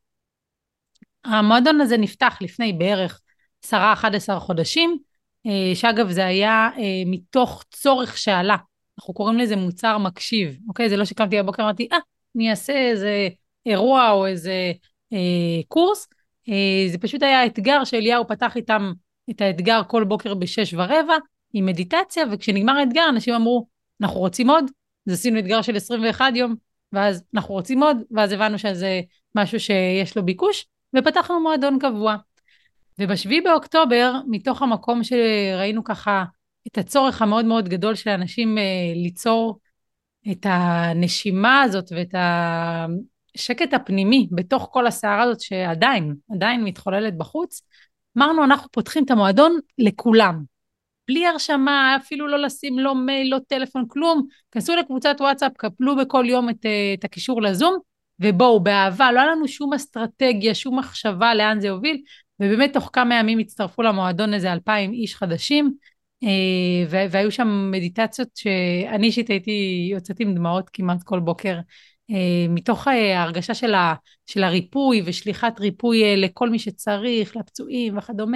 המועדון הזה נפתח לפני בערך עשרה אחד עשר חודשים, אה, שאגב זה היה אה, מתוך צורך שעלה. אנחנו קוראים לזה מוצר מקשיב, אוקיי? זה לא שקמתי בבוקר ואמרתי, אה, אני אעשה איזה אירוע או איזה אה, קורס. אה, זה פשוט היה אתגר שאליהו פתח איתם את האתגר כל בוקר בשש ורבע, עם מדיטציה, וכשנגמר האתגר אנשים אמרו, אנחנו רוצים עוד, אז עשינו אתגר של עשרים ואחד יום, ואז אנחנו רוצים עוד, ואז הבנו שזה משהו שיש לו ביקוש, ופתחנו מועדון קבוע. ובשביעי באוקטובר, מתוך המקום שראינו ככה את הצורך המאוד מאוד גדול של אנשים אה, ליצור את הנשימה הזאת ואת השקט הפנימי בתוך כל הסערה הזאת שעדיין, עדיין מתחוללת בחוץ, אמרנו אנחנו פותחים את המועדון לכולם. בלי הרשמה, אפילו לא לשים לא מייל, לא טלפון, כלום. כנסו לקבוצת וואטסאפ, קפלו בכל יום את, את הקישור לזום, ובואו, באהבה, לא היה לנו שום אסטרטגיה, שום מחשבה לאן זה הוביל, ובאמת תוך כמה ימים הצטרפו למועדון איזה אלפיים איש חדשים, והיו שם מדיטציות שאני אישית הייתי יוצאת עם דמעות כמעט כל בוקר, מתוך ההרגשה של, ה, של הריפוי ושליחת ריפוי לכל מי שצריך, לפצועים וכדומה.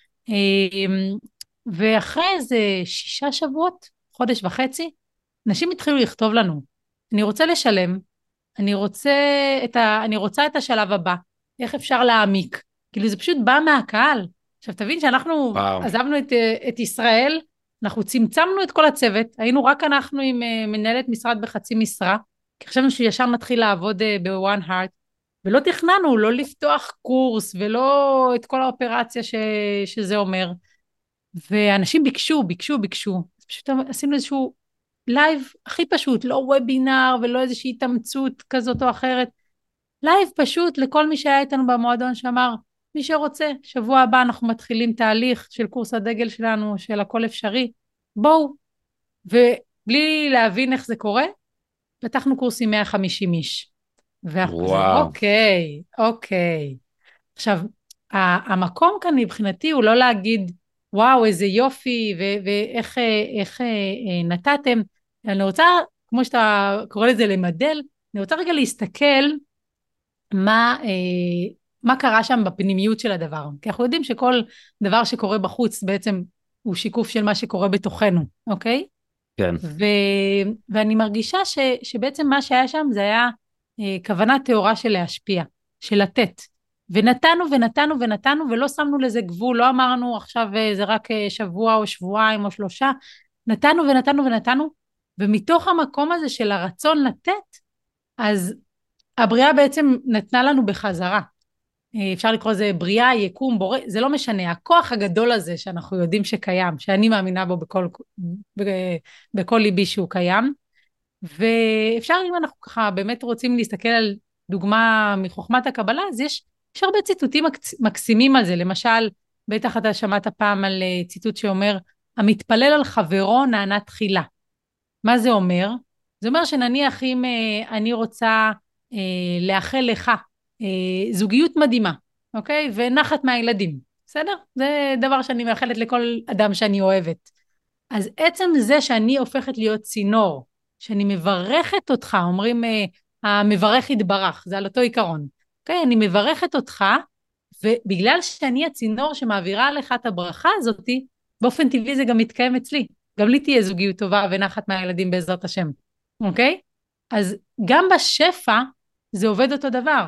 ואחרי איזה שישה שבועות, חודש וחצי, אנשים התחילו לכתוב לנו, אני רוצה לשלם, אני רוצה את, ה, אני רוצה את השלב הבא, איך אפשר להעמיק? כאילו זה פשוט בא מהקהל. עכשיו תבין שאנחנו וואו. עזבנו את, את ישראל, אנחנו צמצמנו את כל הצוות, היינו רק אנחנו עם מנהלת משרד בחצי משרה, כי חשבנו שישר נתחיל לעבוד ב-One Heart, ולא תכננו, לא לפתוח קורס, ולא את כל האופרציה ש, שזה אומר. ואנשים ביקשו, ביקשו, ביקשו. אז פשוט עשינו איזשהו לייב הכי פשוט, לא וובינר ולא איזושהי התאמצות כזאת או אחרת. לייב פשוט לכל מי שהיה איתנו במועדון שאמר, מי שרוצה, שבוע הבא אנחנו מתחילים תהליך של קורס הדגל שלנו, של הכל אפשרי, בואו. ובלי להבין איך זה קורה, פתחנו קורס עם מאה וחמישים איש. ואנחנו כזה, וואו. אוקיי, אוקיי. עכשיו, המקום כאן מבחינתי הוא לא להגיד, וואו, איזה יופי, ו- ואיך איך, אה, נתתם. אני רוצה, כמו שאתה קורא לזה למדל, אני רוצה רגע להסתכל מה, אה, מה קרה שם בפנימיות של הדבר. כי אנחנו יודעים שכל דבר שקורה בחוץ בעצם הוא שיקוף של מה שקורה בתוכנו, אוקיי? כן. ו- ואני מרגישה ש- שבעצם מה שהיה שם זה היה אה, כוונה תאורה של להשפיע, של לתת. ונתנו ונתנו ונתנו ולא שמנו לזה גבול, לא אמרנו עכשיו זה רק שבוע או שבועיים או שלושה, נתנו ונתנו ונתנו, ומתוך המקום הזה של הרצון לתת, אז הבריאה בעצם נתנה לנו בחזרה. אפשר לקרוא לזה בריאה, יקום, בורא, זה לא משנה, הכוח הגדול הזה שאנחנו יודעים שקיים, שאני מאמינה בו בכל, בכל ליבי שהוא קיים, ואפשר אם אנחנו ככה באמת רוצים להסתכל על דוגמה מחוכמת הקבלה, אז יש יש הרבה ציטוטים מקסימים על זה, למשל, בטח אתה שמעת פעם על ציטוט שאומר, המתפלל על חברו נענה תחילה. מה זה אומר? זה אומר שנניח אם אני רוצה לאחל לך זוגיות מדהימה, אוקיי? ונחת מהילדים, בסדר? זה דבר שאני מאחלת לכל אדם שאני אוהבת. אז עצם זה שאני הופכת להיות צינור, שאני מברכת אותך, אומרים, המברך יתברך, זה על אותו עיקרון. אוקיי, אני מברכת אותך, ובגלל שאני הצינור שמעבירה לך את הברכה הזאת, באופן טבעי זה גם מתקיים אצלי. גם לי תהיה זוגיות טובה ונחת מהילדים בעזרת השם. אוקיי? אז גם בשפע זה עובד אותו דבר.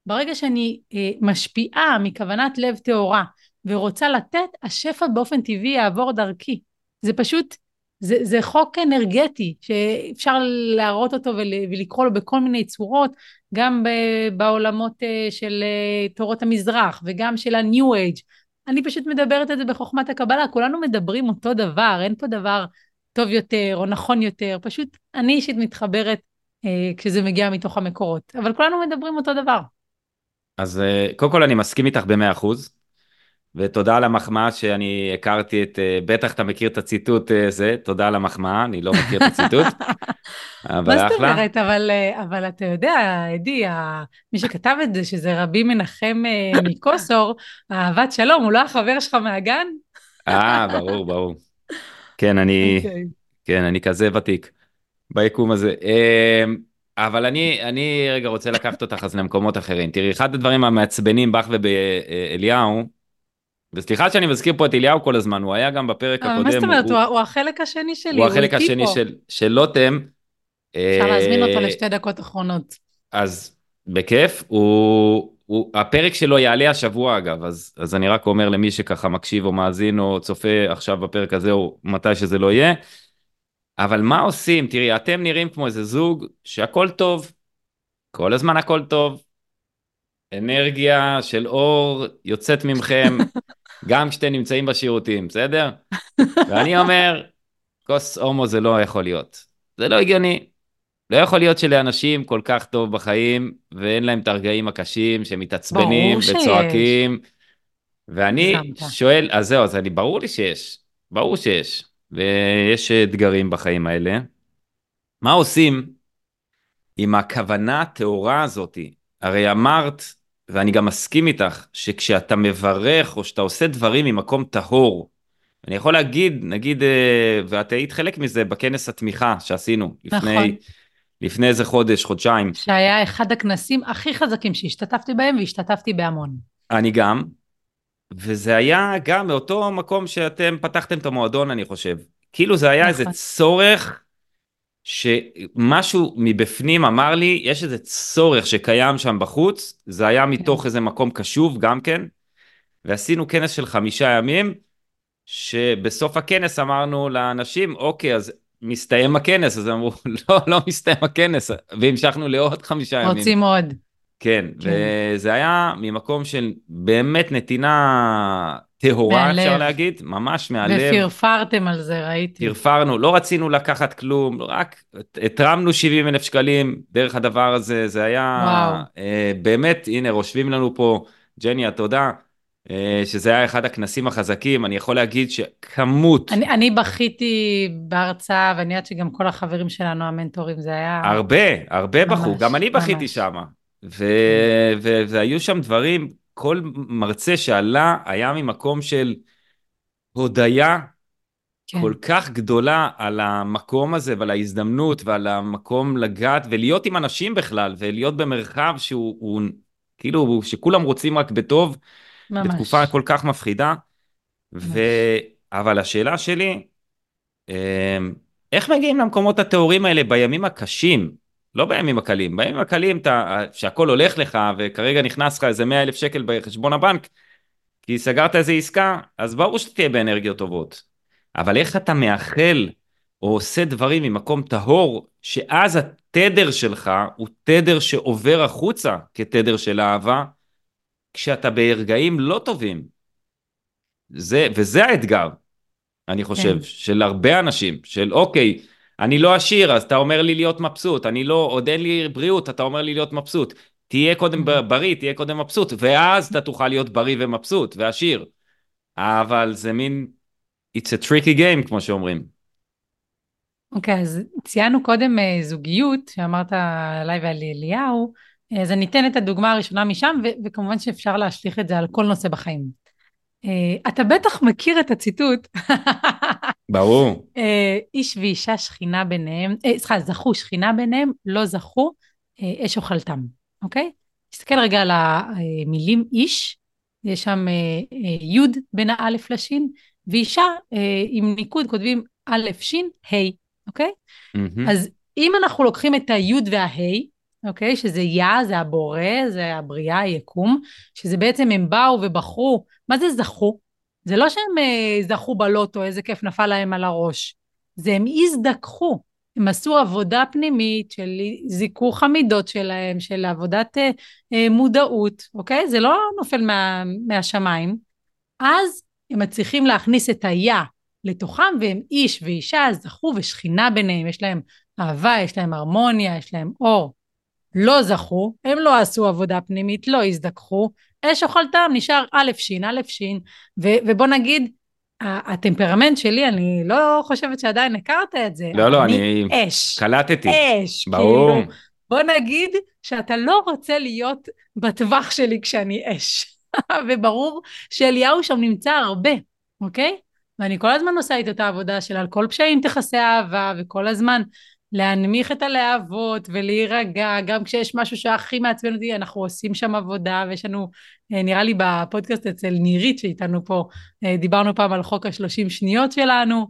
ברגע שאני אה, משפיעה מכוונת לב טהורה, ורוצה לתת, השפע באופן טבעי יעבור דרכי. זה פשוט, זה, זה חוק אנרגטי, שאפשר להראות אותו ול, ולקרוא לו בכל מיני צורות, גם ב, בעולמות אה, של אה, תורות המזרח, וגם של ה-New Age. אני פשוט מדברת את זה בחוכמת הקבלה, כולנו מדברים אותו דבר, אין פה דבר טוב יותר או נכון יותר, פשוט אני אישית מתחברת אה, כשזה מגיע מתוך המקורות, אבל כולנו מדברים אותו דבר. אז אה, קודם כל אני מסכים איתך במאה אחוז, ותודה על המחמאה שאני הכרתי את, אה, בטח אתה מכיר את הציטוט אה, זה, תודה על המחמאה, אני לא מכיר את הציטוט, מה אבל זאת אחלה. אומרת? אבל, אה, אבל אתה יודע, אדי, ה- מי שכתב את זה, שזה רבי מנחם אה, מקוסור, אהבת שלום, הוא לא החבר שלך מהגן? אה, ברור, ברור. כן, אני, אוקיי. כן, אני כזה ותיק ביקום הזה. אה, אבל אני, אני רגע רוצה לקחת אותך אז למקומות אחרים. תראי, אחד הדברים המעצבנים בך ובאליהו, וסליחה שאני מזכיר פה את אליהו כל הזמן, הוא היה גם בפרק אבל מה זאת הקודם, הוא, אומרת? הוא, הוא, הוא החלק השני שלי, הוא הוא החלק איתי השני פה. של, של לוטם, אפשר להזמין אותו אה, לשתי דקות אחרונות. אז בכיף, הוא, הוא, הפרק שלו יעלה השבוע אגב, אז, אז אני רק אומר למי שככה מקשיב או מאזין או צופה עכשיו בפרק הזה או מתי שזה לא יהיה, אבל מה עושים? תראי, אתם נראים כמו איזה זוג שהכל טוב, כל הזמן הכל טוב, אנרגיה של אור יוצאת ממכם, גם כשאתם נמצאים בשירותים, בסדר? ואני אומר, כוס הומו זה לא יכול להיות. זה לא הגיוני. לא יכול להיות שלאנשים כל כך טוב בחיים, ואין להם את הרגעים הקשים, ברור שמתעצבנים שיש. וצועקים. ואני הגזמת. שואל, אז זהו, אז אני, ברור לי שיש. ברור שיש. ויש אתגרים בחיים האלה. מה עושים עם הכוונה הטהורה הזאת? הרי אמרת, ואני גם מסכים איתך, שכשאתה מברך או שאתה עושה דברים ממקום טהור, אני יכול להגיד, נגיד, אה, ואת היית חלק מזה בכנס התמיכה שעשינו לפני, נכון. לפני איזה חודש, חודשיים. שהיה אחד הכנסים הכי חזקים שהשתתפתי בהם, והשתתפתי בהמון. אני גם, וזה היה גם מאותו מקום שאתם פתחתם את המועדון, אני חושב. כאילו זה היה איזה נכון. צורך, שמשהו מבפנים אמר לי, יש איזה צורך שקיים שם בחוץ, זה היה כן. מתוך איזה מקום קשוב גם כן, ועשינו כנס של חמישה ימים, שבסוף הכנס אמרנו לאנשים, אוקיי, אז מסתיים הכנס, אז אמרו, לא, לא מסתיים הכנס, והמשכנו לעוד חמישה ימים. רוצים עוד. כן, כן. וזה היה ממקום של באמת נתינה טהורה, אפשר מהלב. להגיד, ממש מהלב, ופרפרתם על זה, ראיתי. פרפרנו, לא רצינו לקחת כלום, רק התרמנו שבעים אלף שקלים דרך הדבר הזה, זה היה וואו. אה, באמת, הנה, רושבים לנו פה, ג'ניה, תודה, אה, שזה היה אחד הכנסים החזקים, אני יכול להגיד שכמות, אני, אני בכיתי בהרצאה, ואני יודעת שגם כל החברים שלנו, המנטורים, זה היה הרבה, הרבה בחור, גם ממש, אני בכיתי ממש. שם, ו... כן. ו... והיו שם דברים, כל מרצה שעלה היה ממקום של הודיה כן. כל כך גדולה על המקום הזה ועל ההזדמנות ועל המקום לגעת ולהיות עם אנשים בכלל ולהיות במרחב שהוא הוא, כאילו שכולם רוצים רק בטוב בתקופה ממש. כל כך מפחידה. ו... ממש. אבל השאלה שלי, אמ, איך מגיעים למקומות הטהורים האלה בימים הקשים? לא בימים הקלים, בימים הקלים אתה, שהכל הולך לך וכרגע נכנס לך איזה מאה אלף שקל בחשבון הבנק כי סגרת איזה עסקה, אז ברור שתהיה באנרגיות טובות. אבל איך אתה מאחל או עושה דברים ממקום טהור, שאז התדר שלך הוא תדר שעובר החוצה כתדר של אהבה, כשאתה ברגעים לא טובים. זה, וזה האתגר, אני חושב, כן. של הרבה אנשים, של אוקיי, אני לא עשיר, אז אתה אומר לי להיות מבסוט, אני לא, עוד אין לי בריאות, אתה אומר לי להיות מבסוט. תהיה קודם בריא, תהיה קודם מבסוט, ואז אתה תוכל להיות בריא ומבסוט ועשיר. אבל זה מין, it's a tricky game, כמו שאומרים. אוקיי, אז ציינו קודם אה, זוגיות, שאמרת עליי ועל אליהו, אה, אז אני אתן את הדוגמה הראשונה משם, ו- וכמובן שאפשר להשליך את זה על כל נושא בחיים. אה, אתה בטח מכיר את הציטוט, ברור. אה, איש ואישה שכינה ביניהם, אה, סליחה, זכו שכינה ביניהם, לא זכו אה, אש אוכלתם, אוקיי? תסתכל רגע על המילים איש, יש שם אה, אה, יוד בין האלף לשין, ואישה אה, עם ניקוד כותבים א' שין, ה', אוקיי? מהמם. אז אם אנחנו לוקחים את היוד וההי, אוקיי? שזה יה, זה הבורא, זה הבריאה, היקום, שזה בעצם הם באו ובחרו. מה זה זכו? זה לא שהם אה, זכו בלוטו, איזה כיף נפל להם על הראש. זה הם הזדככו. הם עשו עבודה פנימית של זיכוך המידות שלהם, של עבודת אה, אה, מודעות, אוקיי? זה לא נופל מה, מהשמיים. אז הם מצליחים להכניס את היה לתוכם, והם איש ואישה זכו ושכינה ביניהם, יש להם אהבה, יש להם הרמוניה, יש להם אור. לא זכו, הם לא עשו עבודה פנימית, לא הזדככו, אש אוכלתם, נשאר א' שין, א' שין, ו- ובוא נגיד, הטמפרמנט שלי, אני לא חושבת שעדיין הכרת את זה, לא, אבל לא, אני אני אש, קלטתי. אש, ברור. כאילו, בוא נגיד שאתה לא רוצה להיות בטווח שלי כשאני אש, וברור שאליהו שם נמצא הרבה, אוקיי? ואני כל הזמן עושה איתו את העבודה של על כל פשעים תכסה אהבה, וכל הזמן להנמיך את הלהבות ולהירגע, גם כשיש משהו שהכי מעצבן אותי, אנחנו עושים שם עבודה, ויש לנו, נראה לי בפודקאסט אצל נירית שאיתנו פה, דיברנו פעם על חוק השלושים שניות שלנו,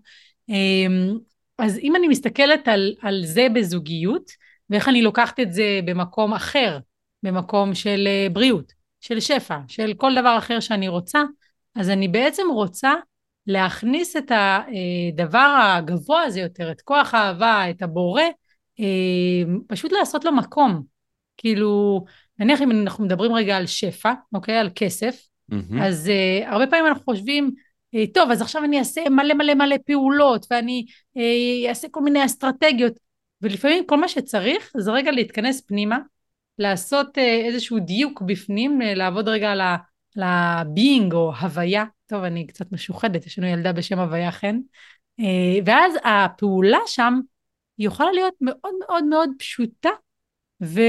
אז אם אני מסתכלת על, על זה בזוגיות, ואיך אני לוקחת את זה במקום אחר, במקום של בריאות, של שפע, של כל דבר אחר שאני רוצה, אז אני בעצם רוצה להכניס את הדבר הגבוה הזה יותר, את כוח האהבה, את הבורא, פשוט לעשות לו מקום. כאילו, נניח אם אנחנו מדברים רגע על שפע, אוקיי, על כסף, Mm-hmm. אז uh, הרבה פעמים אנחנו חושבים, uh, טוב, אז עכשיו אני אעשה מלא מלא מלא פעולות, ואני uh, אעשה כל מיני אסטרטגיות, ולפעמים כל מה שצריך, זה רגע להתכנס פנימה, לעשות uh, איזשהו דיוק בפנים, uh, לעבוד רגע על ה... לביינג או הוויה, טוב אני קצת משוחדת, יש לנו ילדה בשם הוויה חן, ואז הפעולה שם היא יכולה להיות מאוד מאוד מאוד פשוטה, ו,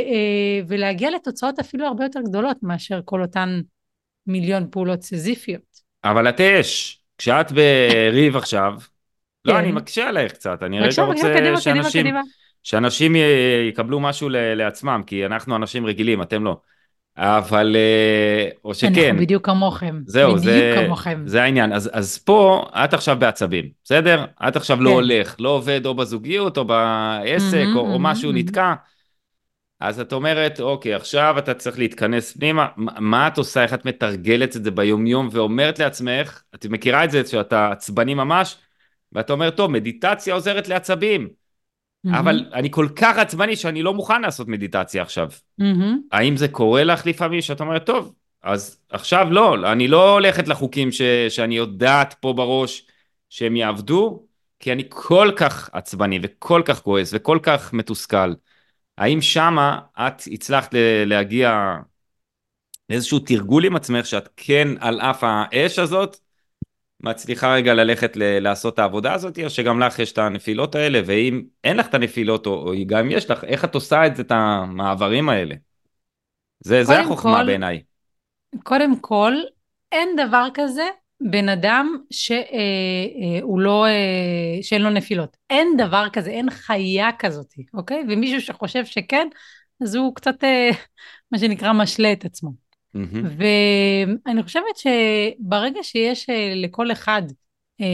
ולהגיע לתוצאות אפילו הרבה יותר גדולות מאשר כל אותן מיליון פעולות סזיפיות. אבל את אש, כשאת בריב עכשיו, לא, אני כן. מקשה עליך קצת, אני רגע בבקשה, בבקשה, רוצה קדימה, קדימה, שאנשים, קדימה. שאנשים י- יקבלו משהו ל- לעצמם, כי אנחנו אנשים רגילים, אתם לא. אבל, אה, או אנחנו שכן, בדיוק כמוכם, זהו, בדיוק זה, כמוכם. זה העניין. אז, אז פה, את עכשיו בעצבים, בסדר? את עכשיו לא כן. הולך, לא עובד או בזוגיות או בעסק מהמם, או, או מהמם, משהו מהמם. נתקע. אז את אומרת, אוקיי, עכשיו אתה צריך להתכנס פנימה, מה, מה את עושה, איך את מתרגלת את זה ביומיום ואומרת לעצמך, את מכירה את זה שאתה עצבני ממש, ואת אומרת, טוב, מדיטציה עוזרת לעצבים, אבל מהמם, אני כל כך עצבני שאני לא מוכן לעשות מדיטציה עכשיו. מהמם. האם זה קורה לך לפעמים שאת אומרת, טוב, אז עכשיו לא, אני לא הולכת לחוקים ש, שאני יודעת פה בראש שהם יעבדו, כי אני כל כך עצבני וכל כך כועס וכל כך מתוסכל. האם שמה את הצלחת להגיע לאיזשהו תרגול עם עצמך, שאת כן על אף האש הזאת, מצליחה רגע ללכת ל- לעשות את העבודה הזאת, או שגם לך יש את הנפילות האלה, ואם אין לך את הנפילות, או, או גם אם יש לך, איך את עושה את זה, את המעברים האלה? זה, זה קודם החוכמה כל, בעיניי. קודם כל, אין דבר כזה בן אדם שהוא לא, אה, שאין לו נפילות. אין דבר כזה, אין חיה כזאת, אוקיי? ומישהו שחושב שכן, אז הוא קצת, אה, מה שנקרא, משלה את עצמו. מהמם. ואני חושבת שברגע שיש אה, לכל אחד, אה,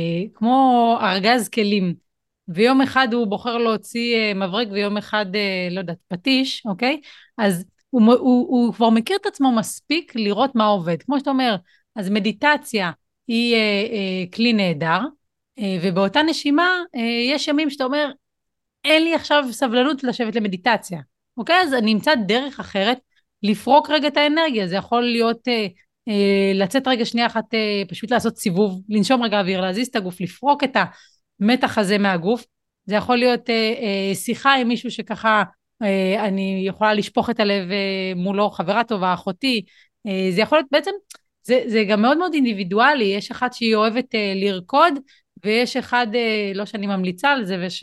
כמו ארגז כלים, ויום אחד הוא בוחר להוציא אה, מברק, ויום אחד, אה, לא יודעת, פטיש, אוקיי? אז הוא, הוא, הוא כבר מכיר את עצמו מספיק לראות מה עובד. כמו שאתה אומר, אז מדיטציה היא אה, אה, כלי נהדר, אה, ובאותה נשימה אה, יש ימים שאתה אומר, אין לי עכשיו סבלנות לשבת למדיטציה, אוקיי? אז אני אמצא דרך אחרת לפרוק רגע את האנרגיה, זה יכול להיות אה, אה, לצאת רגע שנייה אחת, אה, פשוט לעשות סיבוב, לנשום רגע אוויר, להזיז את הגוף, לפרוק את המתח הזה מהגוף, זה יכול להיות אה, אה, שיחה עם מישהו שככה אה, אני יכולה לשפוך את הלב אה, מולו, חברה טובה, אחותי, אה, זה יכול להיות בעצם, זה, זה גם מאוד מאוד אינדיבידואלי, יש אחת שהיא אוהבת אה, לרקוד, ויש אחד, אה, לא שאני ממליצה על זה, וש...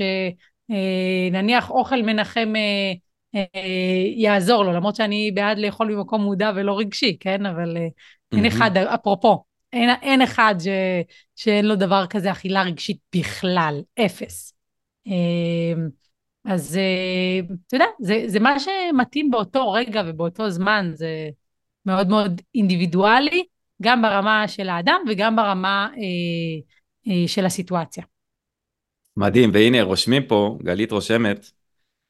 אה, נניח אוכל מנחם אה, אה, יעזור לו, למרות שאני בעד לאכול במקום מודע ולא רגשי, כן? אבל אה, אין מהמם. אחד, אפרופו, אין, אין אחד ש, שאין לו דבר כזה אכילה רגשית בכלל, אפס. אה, אז אה, אתה יודע, זה, זה מה שמתאים באותו רגע ובאותו זמן, זה מאוד מאוד אינדיבידואלי, גם ברמה של האדם וגם ברמה אה, אה, של הסיטואציה. מדהים, והנה רושמים פה, גלית רושמת,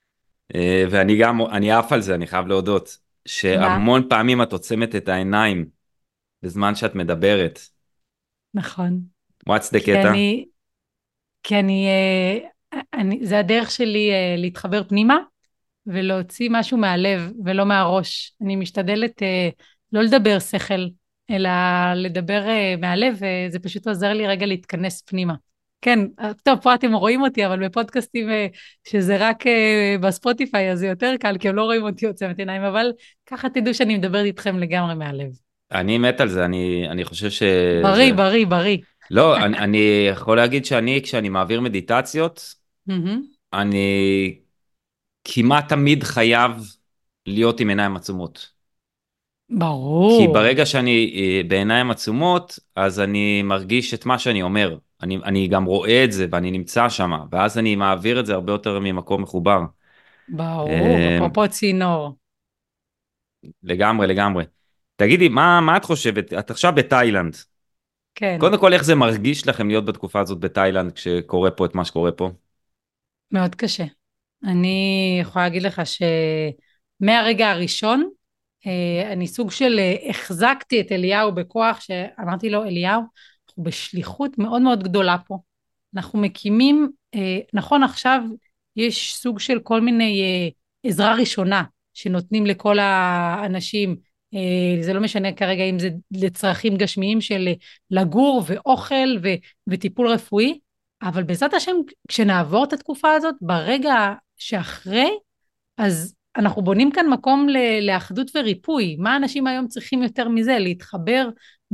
אה, ואני גם, אני עף על זה, אני חייב להודות, מה? שהמון פעמים את עוצמת את העיניים בזמן שאת מדברת. נכון. What's the כי קטע? אני, כי אני, אה, אני, זה הדרך שלי אה, להתחבר פנימה ולהוציא משהו מהלב ולא מהראש. אני משתדלת אה, לא לדבר שכל, אלא לדבר אה, מהלב, וזה פשוט עוזר לי רגע להתכנס פנימה. כן, אה, טוב, פה אתם רואים אותי, אבל בפודקאסטים אה, שזה רק אה, בספוטיפיי, אז זה יותר קל, כי הם לא רואים אותי עוצמת עיניים, אבל ככה תדעו שאני מדברת איתכם לגמרי מהלב. אני מת על זה, אני, אני חושב שזה... בריא, בריא, בריא. לא, אני, אני יכול להגיד שאני, כשאני מעביר מדיטציות, מהמם. אני כמעט תמיד חייב להיות עם עיניים עצומות. כי ברור. ברגע שאני אה, בעיניים עצומות, אז אני מרגיש את מה שאני אומר. אני, אני גם רואה את זה ואני נמצא שם, ואז אני מעביר את זה הרבה יותר ממקום מחובר. ברור, אה, אפרופו צינור. לגמרי, לגמרי. תגידי, מה, מה את חושבת? את עכשיו בתאילנד. כן. קודם כל, איך זה מרגיש לכם להיות בתקופה הזאת בתאילנד, כשקורה פה את מה שקורה פה? מאוד קשה. אני יכולה להגיד לך שמהרגע הראשון, אה, אני סוג של אה, החזקתי את אליהו בכוח, שאמרתי לו, אליהו, אנחנו בשליחות מאוד מאוד גדולה פה. אנחנו מקימים, אה, נכון עכשיו יש סוג של כל מיני אה, עזרה ראשונה שנותנים לכל האנשים, אה, זה לא משנה כרגע אם זה לצרכים גשמיים של לגור ואוכל ו- וטיפול רפואי, אבל בעזרת השם כשנעבור את התקופה הזאת, ברגע שאחרי, אז אנחנו בונים כאן מקום ל- לאחדות וריפוי. מה אנשים היום צריכים יותר מזה? להתחבר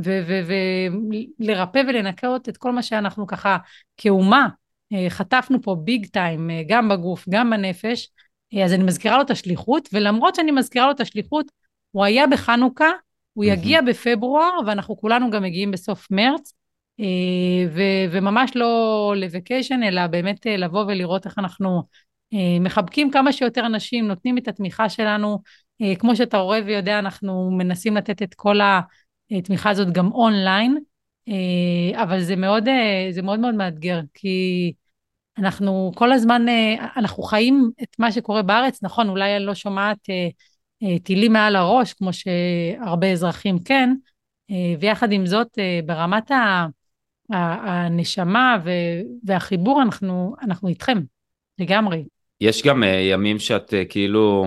ולרפא ולנקות את כל מה שאנחנו ככה כאומה אה, חטפנו פה ביג טיים, אה, גם בגוף, גם בנפש. אה, אז אני מזכירה לו את השליחות, ולמרות שאני מזכירה לו את השליחות, הוא היה בחנוכה, הוא מהמם. יגיע בפברואר, ואנחנו כולנו גם מגיעים בסוף מרץ, אה, ו- וממש לא לווקיישן, אלא באמת אה, לבוא ולראות איך אנחנו אה, מחבקים כמה שיותר אנשים, נותנים את התמיכה שלנו, אה, כמו שאתה רואה ויודע, אנחנו מנסים לתת את כל התמיכה הזאת גם אונליין, אה, אבל זה מאוד, אה, זה מאוד מאוד מאתגר, כי אנחנו כל הזמן, אה, אנחנו חיים את מה שקורה בארץ, נכון, אולי אני לא שומעת אה, אה, טילים מעל הראש, כמו שהרבה אזרחים כן, אה, ויחד עם זאת, אה, ברמת ה, ה, הנשמה ו, והחיבור, אנחנו, אנחנו איתכם, לגמרי. יש גם אה, ימים שאת אה, כאילו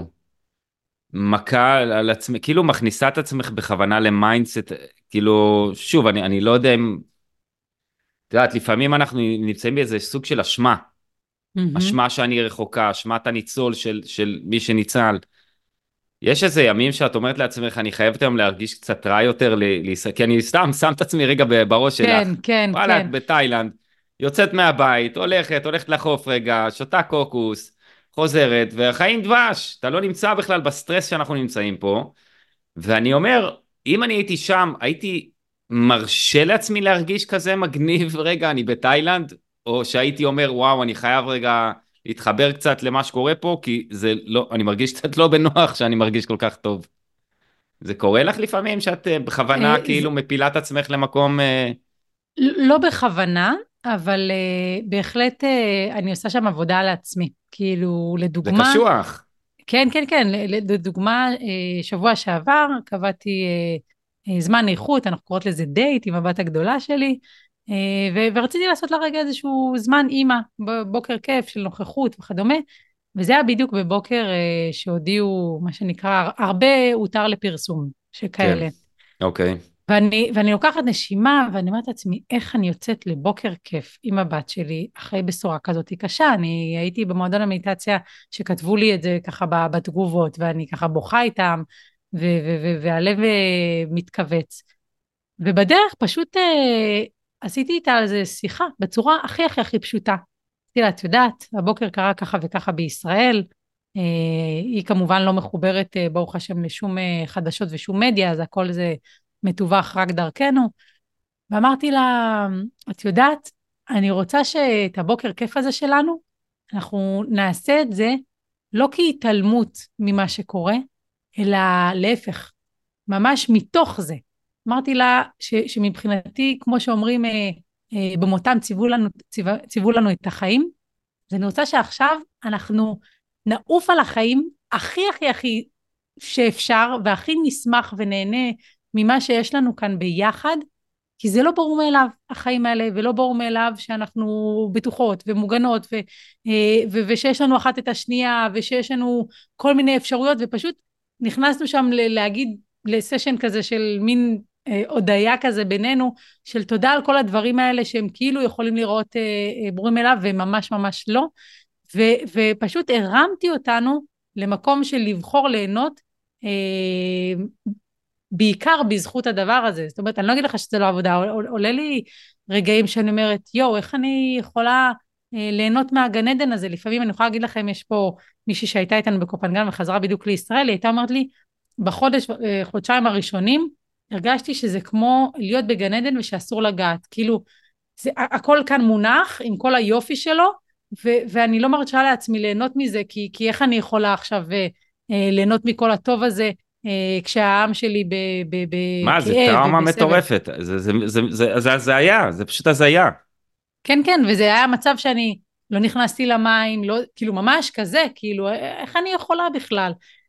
מכה על עצמך, כאילו מכניסה את עצמך בכוונה למיינדסט, כאילו, שוב, אני, אני לא יודע אם, את יודעת, לפעמים אנחנו נמצאים באיזה סוג של אשמה, מהמם. אשמה שאני רחוקה, אשמת הניצול של, של מי שניצל. יש איזה ימים שאת אומרת לעצמך, אני חייבת היום להרגיש קצת רע יותר, ל- להיס- כי אני סתם שם את עצמי רגע ב- בראש כן, שלך. כן, וואלה, את כן. בתאילנד, יוצאת מהבית, הולכת, הולכת לחוף רגע, שותה קוקוס, חוזרת, והחיים דבש. אתה לא נמצא בכלל בסטרס שאנחנו נמצאים פה. ואני אומר, אם אני הייתי שם, הייתי מרשה לעצמי להרגיש כזה מגניב, רגע, אני בתאילנד, או שהייתי אומר, וואו, אני חייב רגע להתחבר קצת למה שקורה פה, כי זה לא, אני מרגיש קצת לא בנוח שאני מרגיש כל כך טוב. זה קורה לך לפעמים שאת אה, בכוונה אה, זה, כאילו מפילה את עצמך למקום... אה, לא בכוונה, אבל אה, בהחלט אה, אני עושה שם עבודה על עצמי. כאילו, זה לדוגמה, קשוח. כן, כן, כן, ל- לדוגמה, אה, שבוע שעבר קבעתי אה, אה, זמן איכות, אנחנו קוראות לזה דייט עם הבת הגדולה שלי, אה, ו- ורציתי לעשות לה רגע איזשהו זמן אימא, בוקר כיף של נוכחות וכדומה, וזה היה בדיוק בבוקר אה, שהודיעו, מה שנקרא, הרבה הותר לפרסום כן, שכאלה. אוקיי. ואני, ואני לוקחת נשימה, ואני אומרת לעצמי, איך אני יוצאת לבוקר כיף עם הבת שלי, אחרי בשורה כזאת קשה. אני הייתי במועדון המדיטציה שכתבו לי את זה ככה ב- בתגובות, ואני ככה בוכה איתם, ו- ו- ו- והלב אה, מתכווץ. ובדרך פשוט אה, עשיתי איתה על זה שיחה, בצורה הכי הכי הכי פשוטה. אמרתי לה, את יודעת, הבוקר קרה ככה וככה בישראל, אה, היא כמובן לא מחוברת, אה, ברוך השם, לשום אה, חדשות ושום מדיה, אז הכל זה מתווך רק דרכנו. ואמרתי לה, את יודעת, אני רוצה שאת הבוקר כיף הזה שלנו, אנחנו נעשה את זה לא כהתעלמות ממה שקורה, אלא להפך, ממש מתוך זה. אמרתי לה ש, שמבחינתי, כמו שאומרים, אה, אה, במותם ציוו לנו, ציוו, ציוו לנו את החיים, אז אני רוצה שעכשיו אנחנו נעוף על החיים הכי הכי הכי שאפשר, והכי נשמח ונהנה ממה שיש לנו כאן ביחד, כי זה לא ברור מאליו, החיים האלה, ולא ברור מאליו שאנחנו בטוחות ומוגנות, ו, אה, ו, ושיש לנו אחת את השנייה, ושיש לנו כל מיני אפשרויות, ופשוט נכנסנו שם ל- להגיד, לסשן כזה של מין אה, הודיה כזה בינינו, של תודה על כל הדברים האלה, שהם כאילו יכולים לראות אה, אה, ברורים מאליו, וממש ממש לא, ו, ופשוט הרמתי אותנו למקום של לבחור ליהנות, אה, בעיקר בזכות הדבר הזה. זאת אומרת, אני לא אגיד לך שזה לא עבודה, עולה לי רגעים שאני אומרת, יואו, איך אני יכולה אה, ליהנות מהגן עדן הזה? לפעמים אני יכולה להגיד לכם, יש פה מישהי שהייתה איתנו בקופנגן וחזרה בדיוק לישראל, היא הייתה אומרת לי, בחודש, אה, חודשיים הראשונים, הרגשתי שזה כמו להיות בגן עדן ושאסור לגעת. כאילו, זה, הכל כאן מונח עם כל היופי שלו, ו- ואני לא מרשה לעצמי ליהנות מזה, כי, כי איך אני יכולה עכשיו אה, אה, ליהנות מכל הטוב הזה, אה, כשהעם שלי מה, זה בכאב טראומה ובסבל. מטורפת, זה, זה, זה, זה, זה הזיה, זה פשוט הזיה. כן, כן, וזה היה מצב שאני לא נכנסתי למים, לא, כאילו ממש כזה, כאילו, איך אני יכולה בכלל?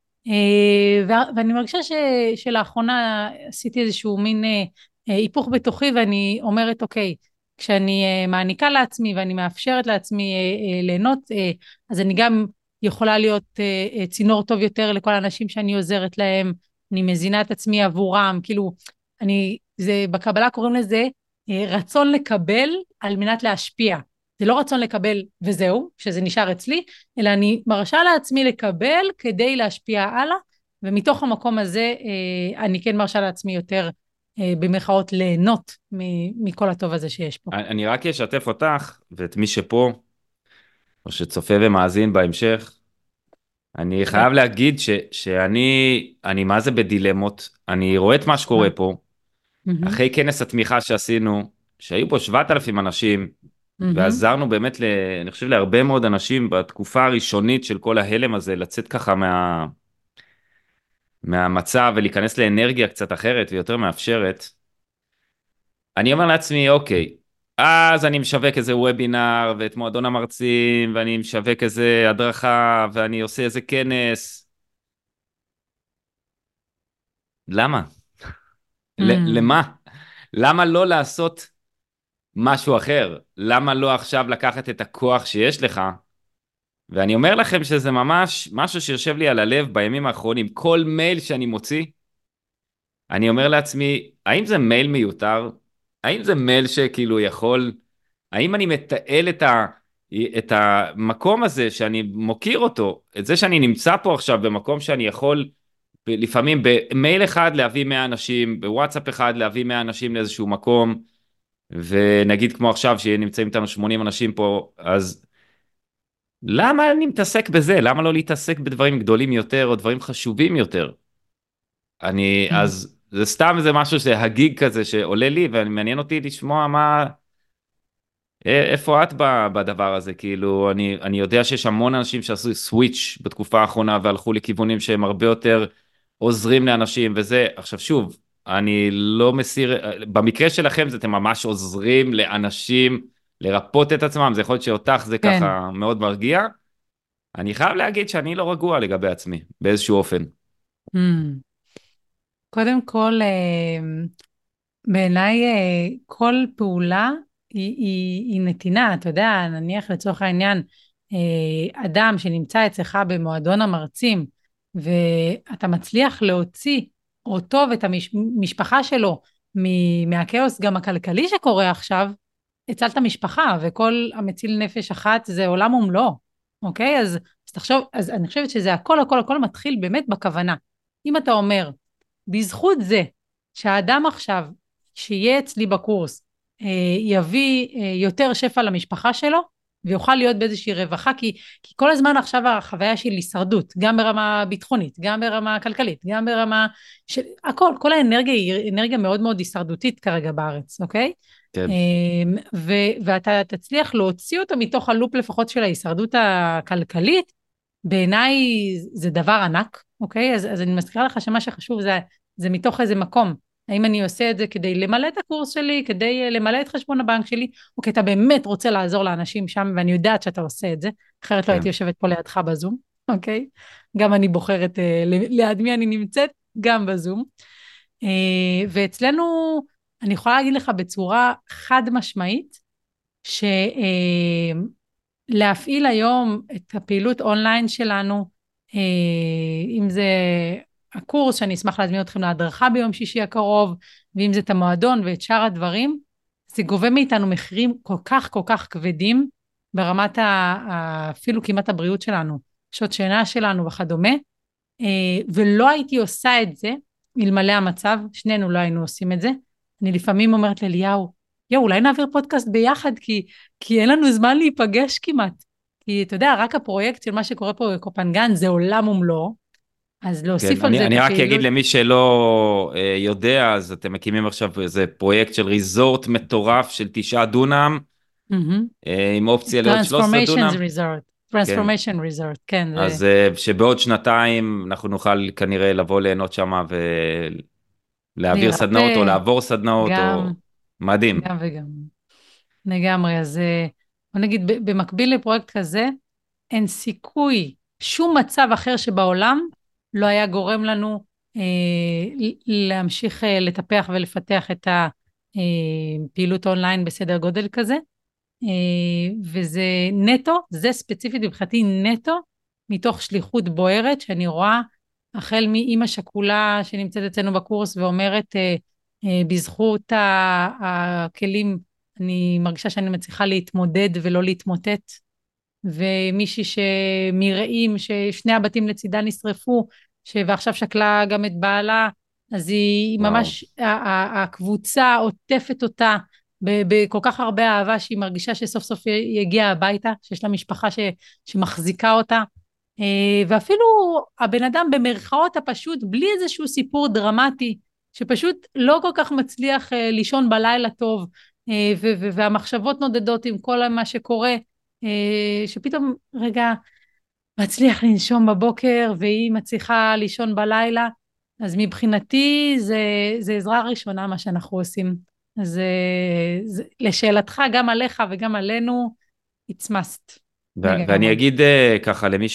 אה, ו- ואני מרגישה ש, שלאחרונה עשיתי איזשהו מין אה, אה, היפוך בתוכי, ואני אומרת, אוקיי, כשאני אה, מעניקה לעצמי ואני מאפשרת לעצמי אה, אה, ליהנות, אה, אז אני גם יכולה להיות אה, אה, צינור טוב יותר לכל האנשים שאני עוזרת להם, אני מזינה את עצמי עבורם, כאילו, אני, זה, בקבלה קוראים לזה אה, רצון לקבל על מנת להשפיע. זה לא רצון לקבל וזהו, שזה נשאר אצלי, אלא אני מרשה לעצמי לקבל כדי להשפיע הלאה, ומתוך המקום הזה אה, אני כן מרשה לעצמי יותר אה, במרכאות ליהנות מכל הטוב הזה שיש פה. אני אני רק אשתף אותך, ואת מי שפה, או שצופה ומאזין בהמשך, אני כן. חייב להגיד ש, שאני, אני מה זה בדילמות, אני רואה את מה שקורה פה, מהמם, אחרי כנס התמיכה שעשינו, שהיו פה שבעת אלפים אנשים, מהמם, ועזרנו באמת, ל, אני חושב, להרבה מאוד אנשים בתקופה הראשונית של כל ההלם הזה, לצאת ככה מה, מהמצב ולהיכנס לאנרגיה קצת אחרת ויותר מאפשרת. אני אומר לעצמי, אוקיי, אז אני משווק איזה וובינר ואת מועדון המרצים, ואני משווק איזה הדרכה, ואני עושה איזה כנס. למה? ל- מהמם, למה? למה לא לעשות משהו אחר? למה לא עכשיו לקחת את הכוח שיש לך? ואני אומר לכם שזה ממש משהו שיושב לי על הלב בימים האחרונים. כל מייל שאני מוציא, אני אומר לעצמי, האם זה מייל מיותר? האם זה מייל שכאילו יכול... האם אני מתעל את ה... את המקום הזה שאני מוקיר אותו, את זה שאני נמצא פה עכשיו במקום שאני יכול ב- לפעמים במייל אחד להביא מאה אנשים, בוואטסאפ אחד להביא מאה אנשים לאיזשהו מקום, ונגיד כמו עכשיו שנמצאים איתנו שמונים אנשים פה, אז למה אני מתעסק בזה? למה לא להתעסק בדברים גדולים יותר או דברים חשובים יותר? אני, מהמם. אז זה סתם איזה משהו שהגיג כזה שעולה לי, ומעניין אותי לשמוע מה, א- איפה את ב- בדבר הזה? כאילו, אני, אני יודע שיש המון אנשים שעשו סוויץ' בתקופה האחרונה והלכו לכיוונים שהם הרבה יותר עוזרים לאנשים וזה. עכשיו שוב, אני לא מסיר, במקרה שלכם זה אתם ממש עוזרים לאנשים לרפות את עצמם, זה יכול להיות שאותך זה כן. ככה מאוד מרגיע. אני חייב להגיד שאני לא רגוע לגבי עצמי, באיזשהו אופן. מהמם. קודם כל, אה, בעיניי אה, כל פעולה היא, היא, היא נתינה, אתה יודע, נניח לצורך העניין, אה, אדם שנמצא אצלך במועדון המרצים, ואתה מצליח להוציא אותו ואת המשפחה שלו מ- מהכאוס גם הכלכלי שקורה עכשיו, הצלת משפחה, וכל המציל נפש אחת זה עולם ומלואו, אוקיי? אז, אז תחשוב, אז אני חושבת שזה הכל הכל הכל מתחיל באמת בכוונה. אם אתה אומר, בזכות זה שהאדם עכשיו שיהיה אצלי בקורס אה, יביא אה, יותר שפע למשפחה שלו ויוכל להיות באיזושהי רווחה, כי, כי כל הזמן עכשיו החוויה של הישרדות, גם ברמה ביטחונית, גם ברמה כלכלית, גם ברמה של הכל, כל האנרגיה היא אנרגיה מאוד מאוד הישרדותית כרגע בארץ, אוקיי? כן. אמ, ו, ואתה תצליח להוציא אותו מתוך הלופ לפחות של ההישרדות הכלכלית, בעיניי זה דבר ענק, אוקיי? אז, אז אני מזכירה לך שמה שחשוב זה, זה מתוך איזה מקום. האם אני עושה את זה כדי למלא את הקורס שלי, כדי למלא את חשבון הבנק שלי, או כי אתה באמת רוצה לעזור לאנשים שם, ואני יודעת שאתה עושה את זה, אחרת לא כן. הייתי יושבת פה לידך בזום. אוקיי? גם אני בוחרת אה, ליד מי אני נמצאת, גם בזום. אה, ואצלנו, אני יכולה להגיד לך בצורה חד משמעית, שלהפעיל היום את הפעילות אונליין שלנו, אה, אם זה הקורס, שאני אשמח להזמין אתכם להדרכה ביום שישי הקרוב, ואם זה את המועדון ואת שאר הדברים, זה גובה מאיתנו מחירים כל כך כל כך כבדים, ברמת ה, ה, אפילו כמעט הבריאות שלנו, שעות שינה שלנו וכדומה, אה, ולא הייתי עושה את זה, אלמלא המצב, שנינו לא היינו עושים את זה. אני לפעמים אומרת לאליהו, יואו, אולי נעביר פודקאסט ביחד, כי, כי אין לנו זמן להיפגש כמעט. כי אתה יודע, רק הפרויקט של מה שקורה פה בקופנגן זה עולם ומלואו, אז כן, להוסיף על אני, זה את אני רק אגיד הפעילות. למי שלא אה, יודע, אז אתם מקימים עכשיו איזה פרויקט של ריזורט מטורף של תשעה דונם, מהמם. אה, עם אופציה לעוד שלושה עשר Transformations דונם. Resort, כן, Transformation Resort, כן, זה אז אה, שבעוד שנתיים אנחנו נוכל כנראה לבוא ליהנות שם ולהעביר סדנאות או להירפא, לעבור סדנאות גם, או... מדהים. גם וגם, לגמרי. אז אה, בוא נגיד, ב- במקביל לפרויקט כזה, אין סיכוי, שום מצב אחר שבעולם לא היה גורם לנו אה, ל- להמשיך אה, לטפח ולפתח את הפעילות אונליין בסדר גודל כזה. אה, וזה נטו, זה ספציפית מבחינתי נטו, מתוך שליחות בוערת, שאני רואה החל מאימא שכולה שנמצאת אצלנו בקורס ואומרת, אה, אה, בזכות ה- הכלים, אני מרגישה שאני מצליחה להתמודד ולא להתמוטט, ומישהי שמרעים ששני הבתים לצידה נשרפו, ש... ועכשיו שקלה גם את בעלה, אז היא וואו. ממש, ה- ה- הקבוצה עוטפת אותה ב- בכל כך הרבה אהבה, שהיא מרגישה שסוף סוף היא הגיעה הביתה, שיש לה משפחה ש... שמחזיקה אותה, אה, ואפילו הבן אדם במרכאות הפשוט, בלי איזשהו סיפור דרמטי, שפשוט לא כל כך מצליח אה, לישון בלילה טוב, אה, ו- ו- והמחשבות נודדות עם כל מה שקורה, אה, שפתאום רגע מצליח לנשום בבוקר והיא מצליחה לישון בלילה, אז מבחינתי זה, זה עזרה ראשונה מה שאנחנו עושים. אז אה, זה, לשאלתך, גם עליך וגם עלינו, it's must ו- ואני לגמרי. אגיד אה, ככה למי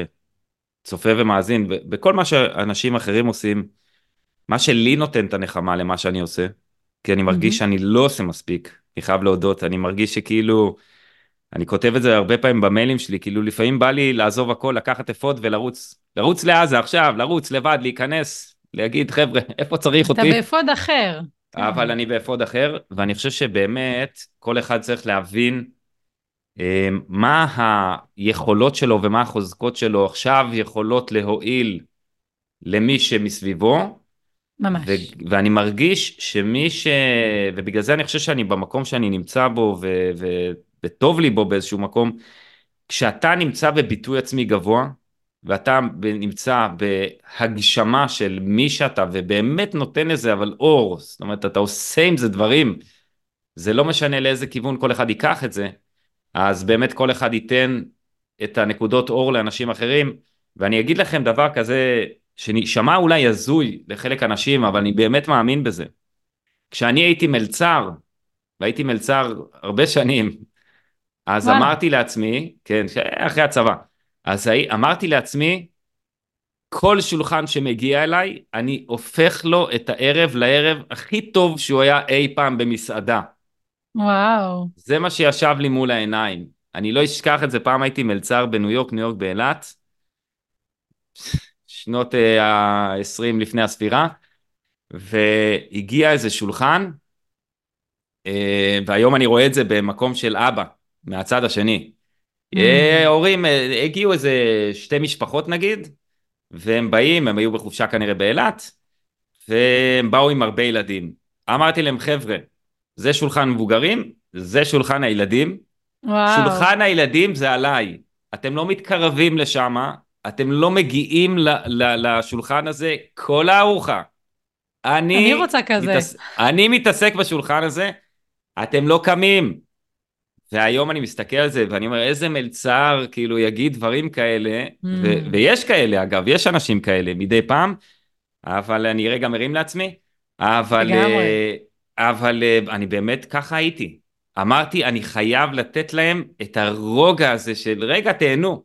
שצופה ומאזין, ב- בכל מה שאנשים אחרים עושים, מה שלי נותן את הנחמה למה שאני עושה, כי אני מרגיש מהמם. שאני לא עושה מספיק, אני חייב להודות, אני מרגיש שכאילו, אני כותב את זה הרבה פעמים במיילים שלי, כאילו לפעמים בא לי לעזוב הכל, לקחת אפוד ולרוץ, לרוץ לעזה עכשיו, לרוץ לבד, להיכנס, להגיד חבר'ה, איפה צריך אתה אותי? באפוד אחר, כן. אבל אני באפוד אחר, ואני חושב שבאמת כל אחד צריך להבין אה, מה היכולות שלו ומה החוזקות שלו עכשיו יכולות להועיל למי שמסביבו, ו- ממש. ואני מרגיש שמי ש... ובגלל זה אני חושב שאני במקום שאני נמצא בו ו- ו- וטוב לי בו באיזשהו מקום, כשאתה נמצא בביטוי עצמי גבוה, ואתה ב- נמצא בהגשמה של מי שאתה, ובאמת נותן לזה אבל אור, זאת אומרת אתה עושה עם זה דברים, זה לא משנה לאיזה כיוון כל אחד ייקח את זה, אז באמת כל אחד ייתן את הנקודות אור לאנשים אחרים, ואני אגיד לכם דבר כזה, שנשמע אולי הזוי לחלק אנשים, אבל אני באמת מאמין בזה. כשאני הייתי מלצר, והייתי מלצר הרבה שנים, אז וואלה. אמרתי לעצמי, כן, אחרי הצבא, אז הי- אמרתי לעצמי, כל שולחן שמגיע אליי, אני הופך לו את הערב לערב הכי טוב שהוא היה אי פעם במסעדה. וואו. זה מה שישב לי מול העיניים. אני לא אשכח את זה, פעם הייתי מלצר בניו יורק, ניו יורק באילת, שנות ה-עשרים לפני הספירה, והגיע איזה שולחן, אה, והיום אני רואה את זה במקום של אבא, מהצד השני. אה, Mm. הורים, אה, הגיעו איזה שתי משפחות נגיד, והם באים, הם היו בחופשה כנראה באילת, והם באו עם הרבה ילדים. אמרתי להם, חבר'ה, זה שולחן מבוגרים, זה שולחן הילדים, וואו. שולחן הילדים זה עליי, אתם לא מתקרבים לשם, אתם לא מגיעים ל- ל- לשולחן הזה כל הארוחה. אני אני, רוצה כזה. מתעס... אני מתעסק בשולחן הזה, אתם לא קמים. והיום אני מסתכל על זה ואני אומר איזה מלצר כאילו יגיד דברים כאלה, ו... Mm. ויש כאלה אגב, יש אנשים כאלה מדי פעם, אבל אני רגע מרים לעצמי, אבל, לגמרי. אה, אבל אה, אני באמת ככה הייתי. אמרתי, אני חייב לתת להם את הרוגע הזה של רגע תהנו.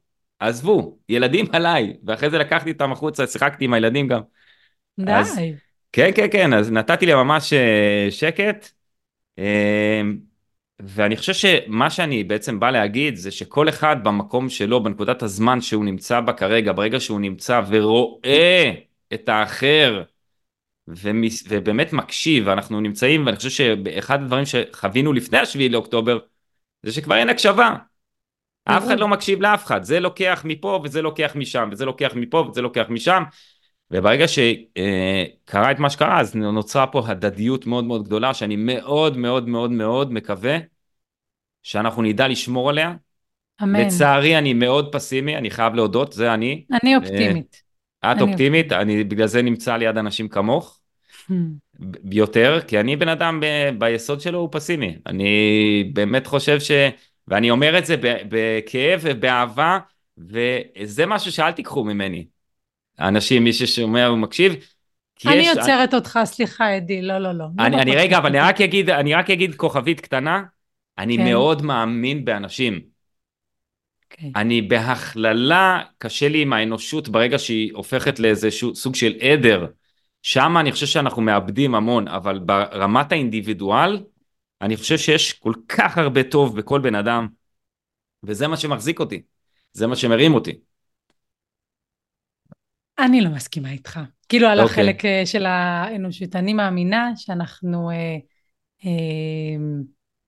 עזבו, ילדים עליי, ואחרי זה לקחתי אותם החוצה, שיחקתי עם הילדים גם. אז די. כן, כן, כן, אז נתתי לי ממש אה, שקט, אה, ואני חושב שמה שאני בעצם בא להגיד, זה שכל אחד במקום שלו, בנקודת הזמן שהוא נמצא בה כרגע, ברגע שהוא נמצא ורואה את האחר, ומס, ובאמת מקשיב, ואנחנו נמצאים, ואני חושב שאחד הדברים שחווינו לפני השביעי לאוקטובר, זה שכבר אין הקשבה. אף אחד פירוד. לא מקשיב לאף אחד, זה לוקח מפה וזה לוקח משם, וזה לוקח מפה וזה לוקח משם, וברגע שקרה את מה שקרה, אז נוצרה פה הדדיות מאוד מאוד גדולה, שאני מאוד מאוד מאוד מאוד מקווה, שאנחנו נדע לשמור עליה. אמן. לצערי אני מאוד פסימי, אני חייב להודות, זה אני. אני אה, אופטימית. את אני אופטימית, אופטימית. אני בגלל זה נמצא ליד אנשים כמוך, ב- יותר, כי אני בן אדם ב- ביסוד שלו הוא פסימי. אני באמת חושב ש... ואני אומר את זה ב- בכאב ובאהבה, וזה משהו שאל תיקחו ממני. האנשים, מי ששומע ומקשיב, כי אני יש... עוצרת אותך, סליחה, אדי, לא, לא, לא, לא אני, אני רגע, בפודקאסט אבל אני הזה. רק אגיד, אני רק אגיד כוכבית קטנה, אני כן, מאוד מאמין באנשים. אוקיי. אני בהכללה, קשה לי עם האנושות ברגע שהיא הופכת לאיזשהו סוג של עדר. שם אני חושב שאנחנו מאבדים המון, אבל ברמת האינדיבידואל, אני חושב שיש כל כך הרבה טוב בכל בן אדם, וזה מה שמחזיק אותי, זה מה שמרים אותי. אני לא מסכימה איתך. כאילו על אוקיי, החלק אה, של האנושות. אני מאמינה שאנחנו, אה, אה,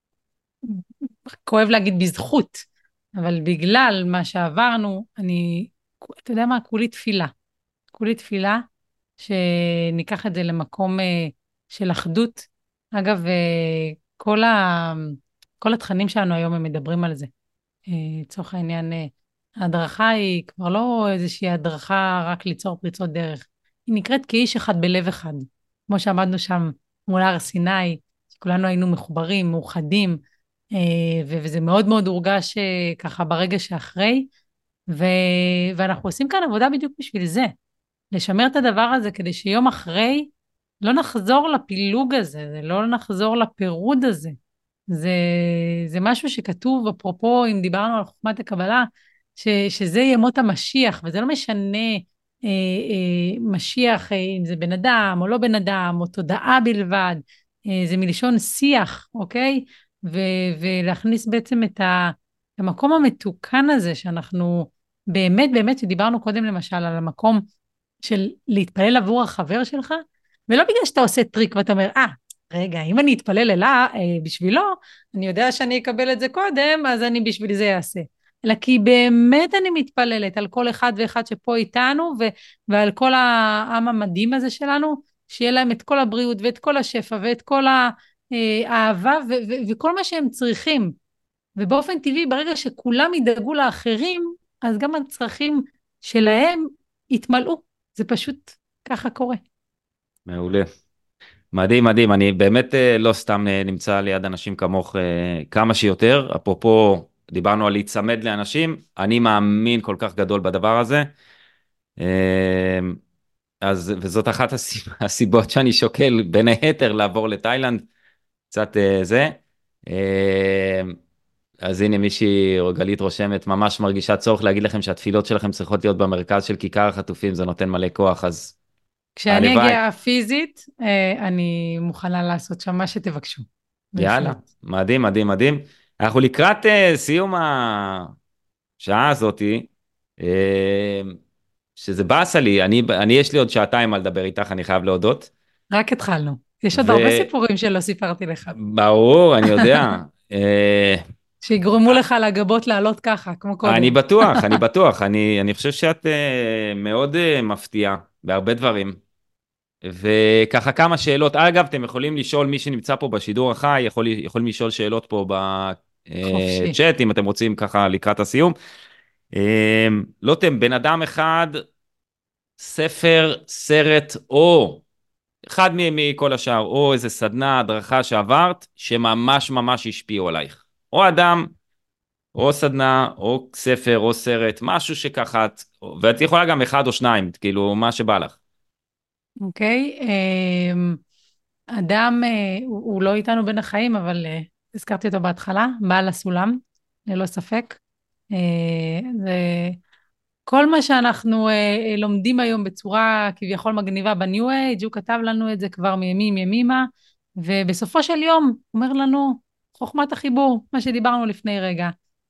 כואב להגיד בזכות, אבל בגלל מה שעברנו, אני, אתה יודע מה? כולי תפילה. כולי תפילה שניקח את זה למקום אה, של אחדות. אגב, אה, כל ה... כל התכנים שלנו היום הם מדברים על זה. אה, לצורך העניין, אה, ההדרכה היא כבר לא איזושהי הדרכה רק ליצור פריצות דרך. היא נקראת כאיש אחד בלב אחד. כמו שעמדנו שם מול הר סיני, שכולנו היינו מחוברים, מאוחדים, אה, ו- וזה מאוד מאוד הורגש אה, ככה ברגע שאחרי, ו- ואנחנו עושים כאן עבודה בדיוק בשביל זה. לשמר את הדבר הזה כדי שיום אחרי לא נחזור לפילוג הזה, לא נחזור לפירוד הזה. זה, זה משהו שכתוב, אפרופו, אם דיברנו על חוכמת הקבלה, ש, שזה ימות המשיח, וזה לא משנה אה, אה, משיח, אה, אם זה בן אדם או לא בן אדם, או תודעה בלבד, אה, זה מלשון שיח, אוקיי? ו, ולהכניס בעצם את ה, המקום המתוקן הזה, שאנחנו באמת, באמת, שדיברנו קודם למשל על המקום של להתפלל עבור החבר שלך, ולא בגלל שאתה עושה טריק ואתה אומר, אה, רגע, אם אני אתפלל אלה אה, בשבילו, אני יודע שאני אקבל את זה קודם, אז אני בשביל זה אעשה. אלא כי באמת אני מתפללת על כל אחד ואחד שפה איתנו, ו- ועל כל העם המדהים הזה שלנו, שיהיה להם את כל הבריאות ואת כל השפע ואת כל האהבה ו- ו- וכל מה שהם צריכים. ובאופן טבעי, ברגע שכולם ידאגו לאחרים, אז גם הצרכים שלהם יתמלאו. זה פשוט ככה קורה. מעולה. מדהים, מדהים, אני באמת אה, לא סתם אה, נמצא ליד אנשים כמוך אה, כמה שיותר, אפרופו דיברנו על להיצמד לאנשים, אני מאמין כל כך גדול בדבר הזה, אה, אז, וזאת אחת הסיב- הסיבות שאני שוקל בין היתר לעבור לתאילנד, קצת אה, זה, אה, אז הנה מישהי, גלית רושמת, ממש מרגישה צורך להגיד לכם שהתפילות שלכם צריכות להיות במרכז של כיכר החטופים, זה נותן מלא כוח, אז כשאני הלוואי. אגיע פיזית, אה, אני מוכנה לעשות שם מה שתבקשו. יאללה, בהחלט. מדהים, מדהים, מדהים. אנחנו לקראת uh, סיום השעה הזאתי, uh, שזה באסה לי, אני, אני יש לי עוד שעתיים על לדבר איתך, אני חייב להודות. רק התחלנו. יש עוד הרבה סיפורים שלא סיפרתי לך. וברור, אני יודע. Uh, שיגרמו לך לגבות לעלות ככה, כמו אני קודם. בטוח, אני בטוח, אני, אני חושב שאת uh, מאוד uh, מפתיעה בהרבה דברים. וככה כמה שאלות, אגב, אתם יכולים לשאול, מי שנמצא פה בשידור החי, יכול, יכולים לשאול שאלות פה חופשי. בצ'אט, אם אתם רוצים ככה לקראת הסיום. אמ, לוטם, בן אדם אחד, ספר, סרט, או אחד מ- מכל השאר, או איזה סדנה, הדרכה שעברת, שממש ממש השפיעו עלייך. או אדם, או סדנה, או ספר, או סרט, משהו שככה, את- ואת יכולה גם אחד או שניים, כאילו, מה שבא לך. אוקיי? אמ, אדם, אה, הוא, הוא לא איתנו בין החיים, אבל אה, הזכרתי אותו בהתחלה, בעל הסולם, ללא ספק. אה, זה כל מה שאנחנו אה, לומדים היום בצורה כביכול מגניבה בניו אייג', הוא כתב לנו את זה כבר מימים ימימה, ובסופו של יום אומר לנו חוכמת החיבור, מה שדיברנו לפני רגע.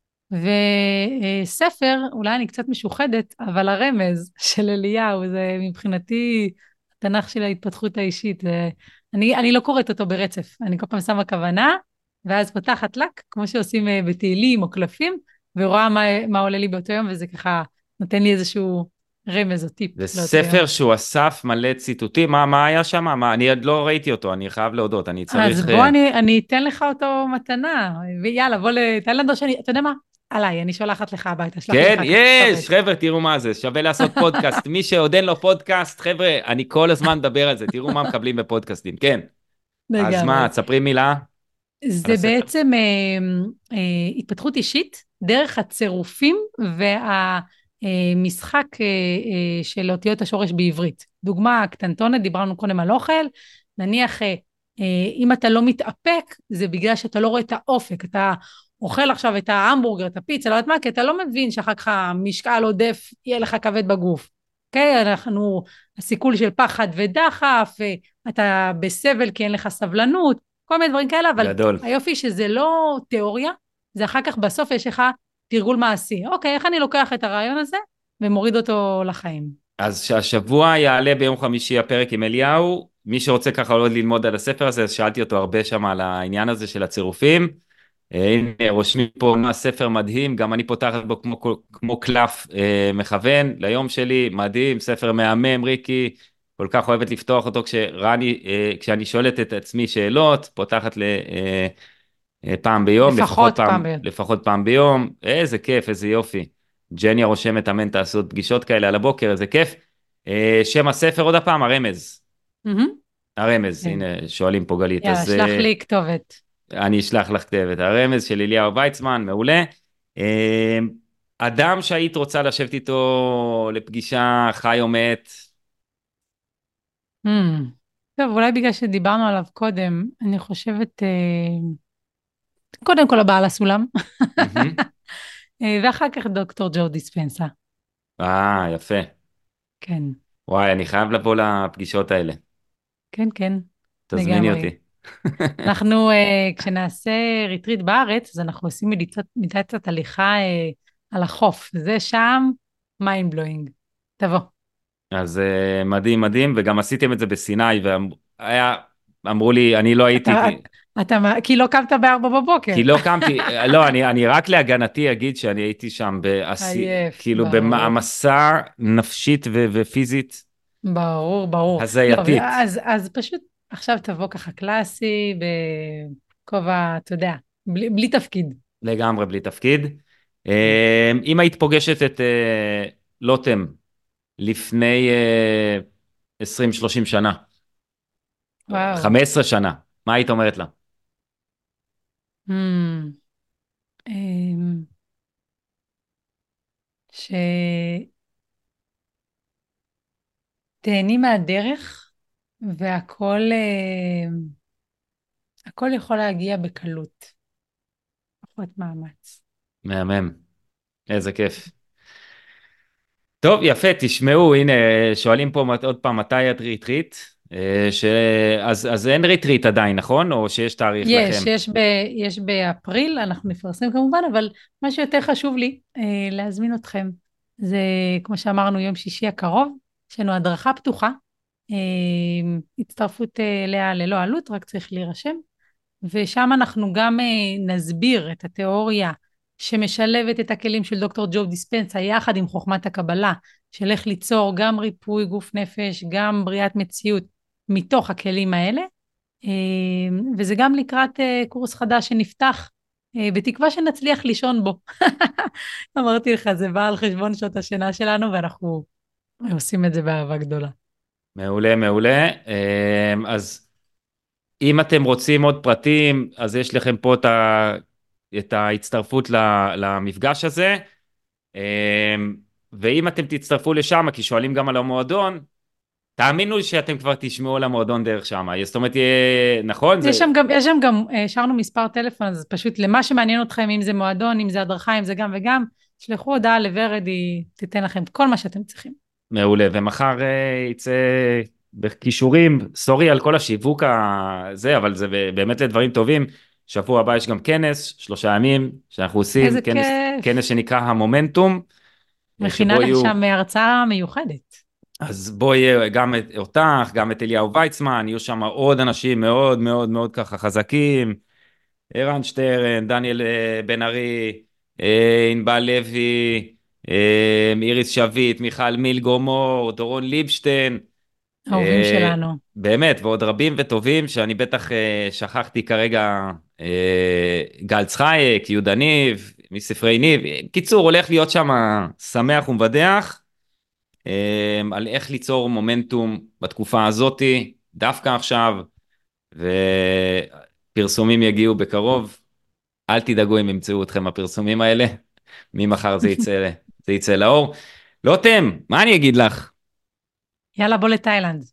וספר, אולי אני קצת משוחדת, אבל הרמז של אליהו, זה מבחינתי התנ"ך של ההתפתחות האישית. זה, אני, אני לא קוראת אותו ברצף, אני כל פעם שמה כוונה, ואז פותחת לק, כמו שעושים אה, בתהילים או קלפים, ורואה מה, מה עולה לי באותו יום, וזה ככה נותן לי איזשהו רמז או טיפ זה לאותו יום. ספר שהוא אסף מלא ציטוטים, מה, מה היה שם? מה, אני עוד לא ראיתי אותו, אני חייב להודות, אני אז צריך... בוא אה, אני, אני אתן לך אותו מתנה, ויאללה, בוא לתאילנד שאני, אתה יודע מה? עליי, אני שולחת לך הביתה, שלח לי כן, אחר כך יש, כתובת. חבר'ה, תראו מה זה, שווה לעשות פודקאסט. מי שעוד אין לו פודקאסט, חבר'ה, אני כל הזמן מדבר על זה, תראו מה מקבלים בפודקאסטים. כן, אז מה, לגמרי. תספרי מילה על זה הספר. בעצם אה, אה, התפתחות אישית דרך הצירופים והמשחק אה, אה, של אותיות השורש בעברית. דוגמה קטנטונת, דיברנו קודם על אוכל, נניח אה, אה, אם אתה לא מתאפק, זה בגלל שאתה לא רואה את האופק, אתה אוכל עכשיו את ההמבורגר, את הפיצה, לא יודעת מה, כי אתה לא מבין שאחר כך המשקל עודף יהיה לך כבד בגוף. אוקיי? אנחנו, הסיכול של פחד ודחף, אתה בסבל כי אין לך סבלנות, כל מיני דברים כאלה, אבל גדול. היופי שזה לא תיאוריה, זה אחר כך בסוף יש לך תרגול מעשי. אוקיי, איך אני לוקח את הרעיון הזה ומוריד אותו לחיים? אז שהשבוע יעלה ביום חמישי הפרק עם אליהו, מי שרוצה ככה עוד ללמוד על הספר הזה, אז שאלתי אותו הרבה שם על העניין הזה של הצירופים. אה, הנה, רושמים פה מה ספר מדהים, גם אני פותחת בו כמו, כמו קלף אה, מכוון ליום שלי, מדהים, ספר מהמם, ריקי, כל כך אוהבת לפתוח אותו כשרני, אה, כשאני שואלת את עצמי שאלות, פותחת ל... אה, אה, פעם ביום, לפחות לפחות פעם, פעם ביום. לפחות פעם ביום, איזה כיף, איזה יופי. ג'ניה רושמת, אמן, תעשו עוד פגישות כאלה על הבוקר, איזה כיף. אה, שם הספר עוד הפעם, הרמז. מהמם. הרמז, כן. הנה, שואלים פה גלית, יאללה, אז שלח אה, לי כתובת. אני אשלח לך כתבת. הרמז של אליהו ויצמן, מעולה. אה, אדם שהיית רוצה לשבת איתו לפגישה חי או מת, Hmm. טוב, אולי בגלל שדיברנו עליו קודם, אני חושבת, אה, קודם כל הבעל הסולם, מהמם. אה, ואחר כך דוקטור ג'ו דיספנסה. אה, יפה. כן, וואי, אני חייב לבוא לפגישות האלה. כן, כן, תזמיני לגמרי. אותי. אנחנו, אה, כשנעשה ריטריט בארץ, אז אנחנו עושים מדיטת- מדיטציית הליכה אה, על החוף. זה שם mind blowing. תבוא. אז uh, מדהים, מדהים, וגם עשיתם את זה בסיני, והיה, אמרו לי, אני לא הייתי, אתה, אתה, כי לא קמת בארבע בבוקר. כי לא קמתי, לא, אני, אני רק להגנתי אגיד שאני הייתי שם, בעשי, עייף, כאילו ברור, במעמסה נפשית ו- ופיזית ברור, ברור. לא, הזייתית, אז, אז פשוט עכשיו תבוא ככה קלאסי, בכובע, אתה יודע, בלי, בלי תפקיד. לגמרי בלי תפקיד. אה, אם היית פוגשת את אה, לוטם לפני אה, עשרים שלושים שנה, וואו. חמש עשרה שנה, מה היית אומרת לה? Hmm. אמ, שתהני מהדרך, והכל אה, הכל יכול להגיע בקלות, פחות מאמץ. מהמם, איזה כיף. טוב, יפה, תשמעו, הנה, שואלים פה עוד פעם, מתי את ריטריט? אה, ש... אז, אז אין ריטריט עדיין, נכון? או שיש תאריך לכם? יש, יש, ב, יש באפריל, אנחנו נפרסם כמובן, אבל מה שיותר חשוב לי אה, להזמין אתכם, זה כמו שאמרנו, יום שישי הקרוב, יש לנו הדרכה פתוחה, אה, הצטרפות אה, אליה ללא עלות, רק צריך להירשם, ושם אנחנו גם אה, נסביר את התיאוריה שמשלבת את הכלים של דוקטור ג'ו דיספנסה יחד עם חוכמת הקבלה, של איך ליצור גם ריפוי גוף נפש, גם בריאת מציאות מתוך הכלים האלה, אה, וזה גם לקראת אה, קורס חדש שנפתח, אה, בתקווה שנצליח לישון בו. אמרתי לך, זה בא על חשבון שעות השינה שלנו, ואנחנו עושים את זה באהבה גדולה. מעולה, מעולה. אה, אז אם אתם רוצים עוד פרטים, אז יש לכם פה את, ה... את ההצטרפות למפגש הזה. אה, ואם אתם תצטרפו לשם, כי שואלים גם על המועדון, תאמינו לי שאתם כבר תשמעו על המועדון דרך שם. זאת אומרת, יהיה... נכון? זה... יש שם גם, יש שם גם, אה, השארנו מספר טלפון, אז פשוט למה שמעניין אתכם, אם זה מועדון, אם זה הדרכה, אם זה גם וגם, שלחו הודעה לוורד, היא תיתן לכם כל מה שאתם צריכים. מעולה, ומחר אה, יצא בכישורים, סורי על כל השיווק הזה, אבל זה באמת לדברים טובים. שבוע הבא יש גם כנס, שלושה ימים, שאנחנו עושים, איזה כנס, כנס כיף. שנקרא המומנטום, אה, מכינה שבו לך יהיו, שם הרצאה מיוחדת. אז בו יהיה גם את אותך, גם את אליהו ויצמן, יהיו שם עוד אנשים מאוד מאוד מאוד ככה חזקים, ערן שטרן, דניאל אה, בן ארי, אה, ענבל לוי, אה, איריס שביט, מיכל מילגו מור, דורון ליבשטיין, אהובים אה, שלנו. באמת, ועוד רבים וטובים שאני בטח אה, שכחתי כרגע, אה, גל צחייק, יהודה ניב, מספרי ניב, קיצור, הולך להיות שם שמח ומבדח, אה, על איך ליצור מומנטום בתקופה הזאתי, דווקא עכשיו, ופרסומים יגיעו בקרוב, אל תדאגו אם ימצאו אתכם הפרסומים האלה, ממחר זה יצא, זה יצא לאור. לוטם, מה אני אגיד לך? יאללה, בוא לתאילנד.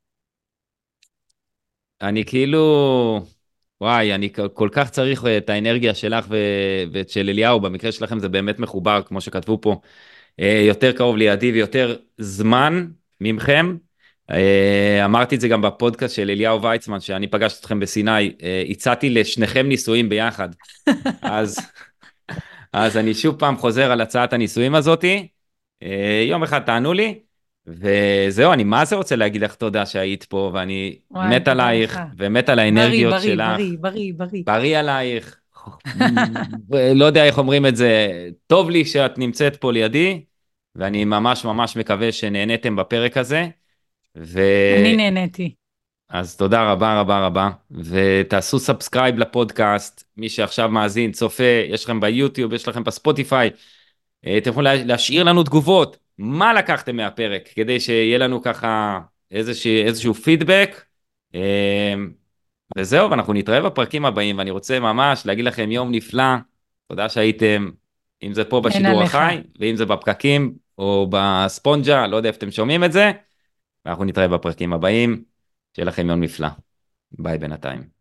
אני כאילו, וואי, אני כל כל כך צריך את האנרגיה שלך ו... ואת של אליהו, במקרה שלכם זה באמת מחובר, כמו שכתבו פה, אה, יותר קרוב לידי ויותר זמן ממכם. אה, אמרתי את זה גם בפודקאסט של אליהו ויצמן, שאני פגשתי אתכם בסיני, אה, הצעתי לשניכם נישואים ביחד, אז אז אני שוב פעם חוזר על הצעת הניסויים הזאתי, אה, יום אחד תענו לי, וזהו, אני מה זה רוצה להגיד לך תודה שהיית פה, ואני וואי, מת תודה לך. עלייך, ומת על בריא, האנרגיות בריא, שלך, בריא, בריא, בריא. בריא עלייך, לא יודע איך אומרים את זה, טוב לי שאת נמצאת פה לידי, ואני ממש ממש מקווה שנהניתם בפרק הזה, ו... אני נהניתי. אז תודה רבה רבה רבה, ותעשו סאבסקרייב לפודקאסט, מי שעכשיו מאזין, צופה, יש לכם ביוטיוב, יש לכם בספוטיפיי, אה, אתם יכולים לה- להשאיר לנו תגובות, מה לקחתם מהפרק, כדי שיהיה לנו ככה איזשהו, איזשהו פידבק, אה, וזהו, ואנחנו נתראה בפרקים הבאים, ואני רוצה ממש להגיד לכם יום נפלא, תודה שהייתם, אם זה פה אין בשידור עליך. החי, ואם זה בפקקים, או בספונג'ה, לא יודע איפה אתם שומעים את זה, ואנחנו נתראה בפרקים הבאים, שיהיה לכם יום נפלא. ביי בינתיים.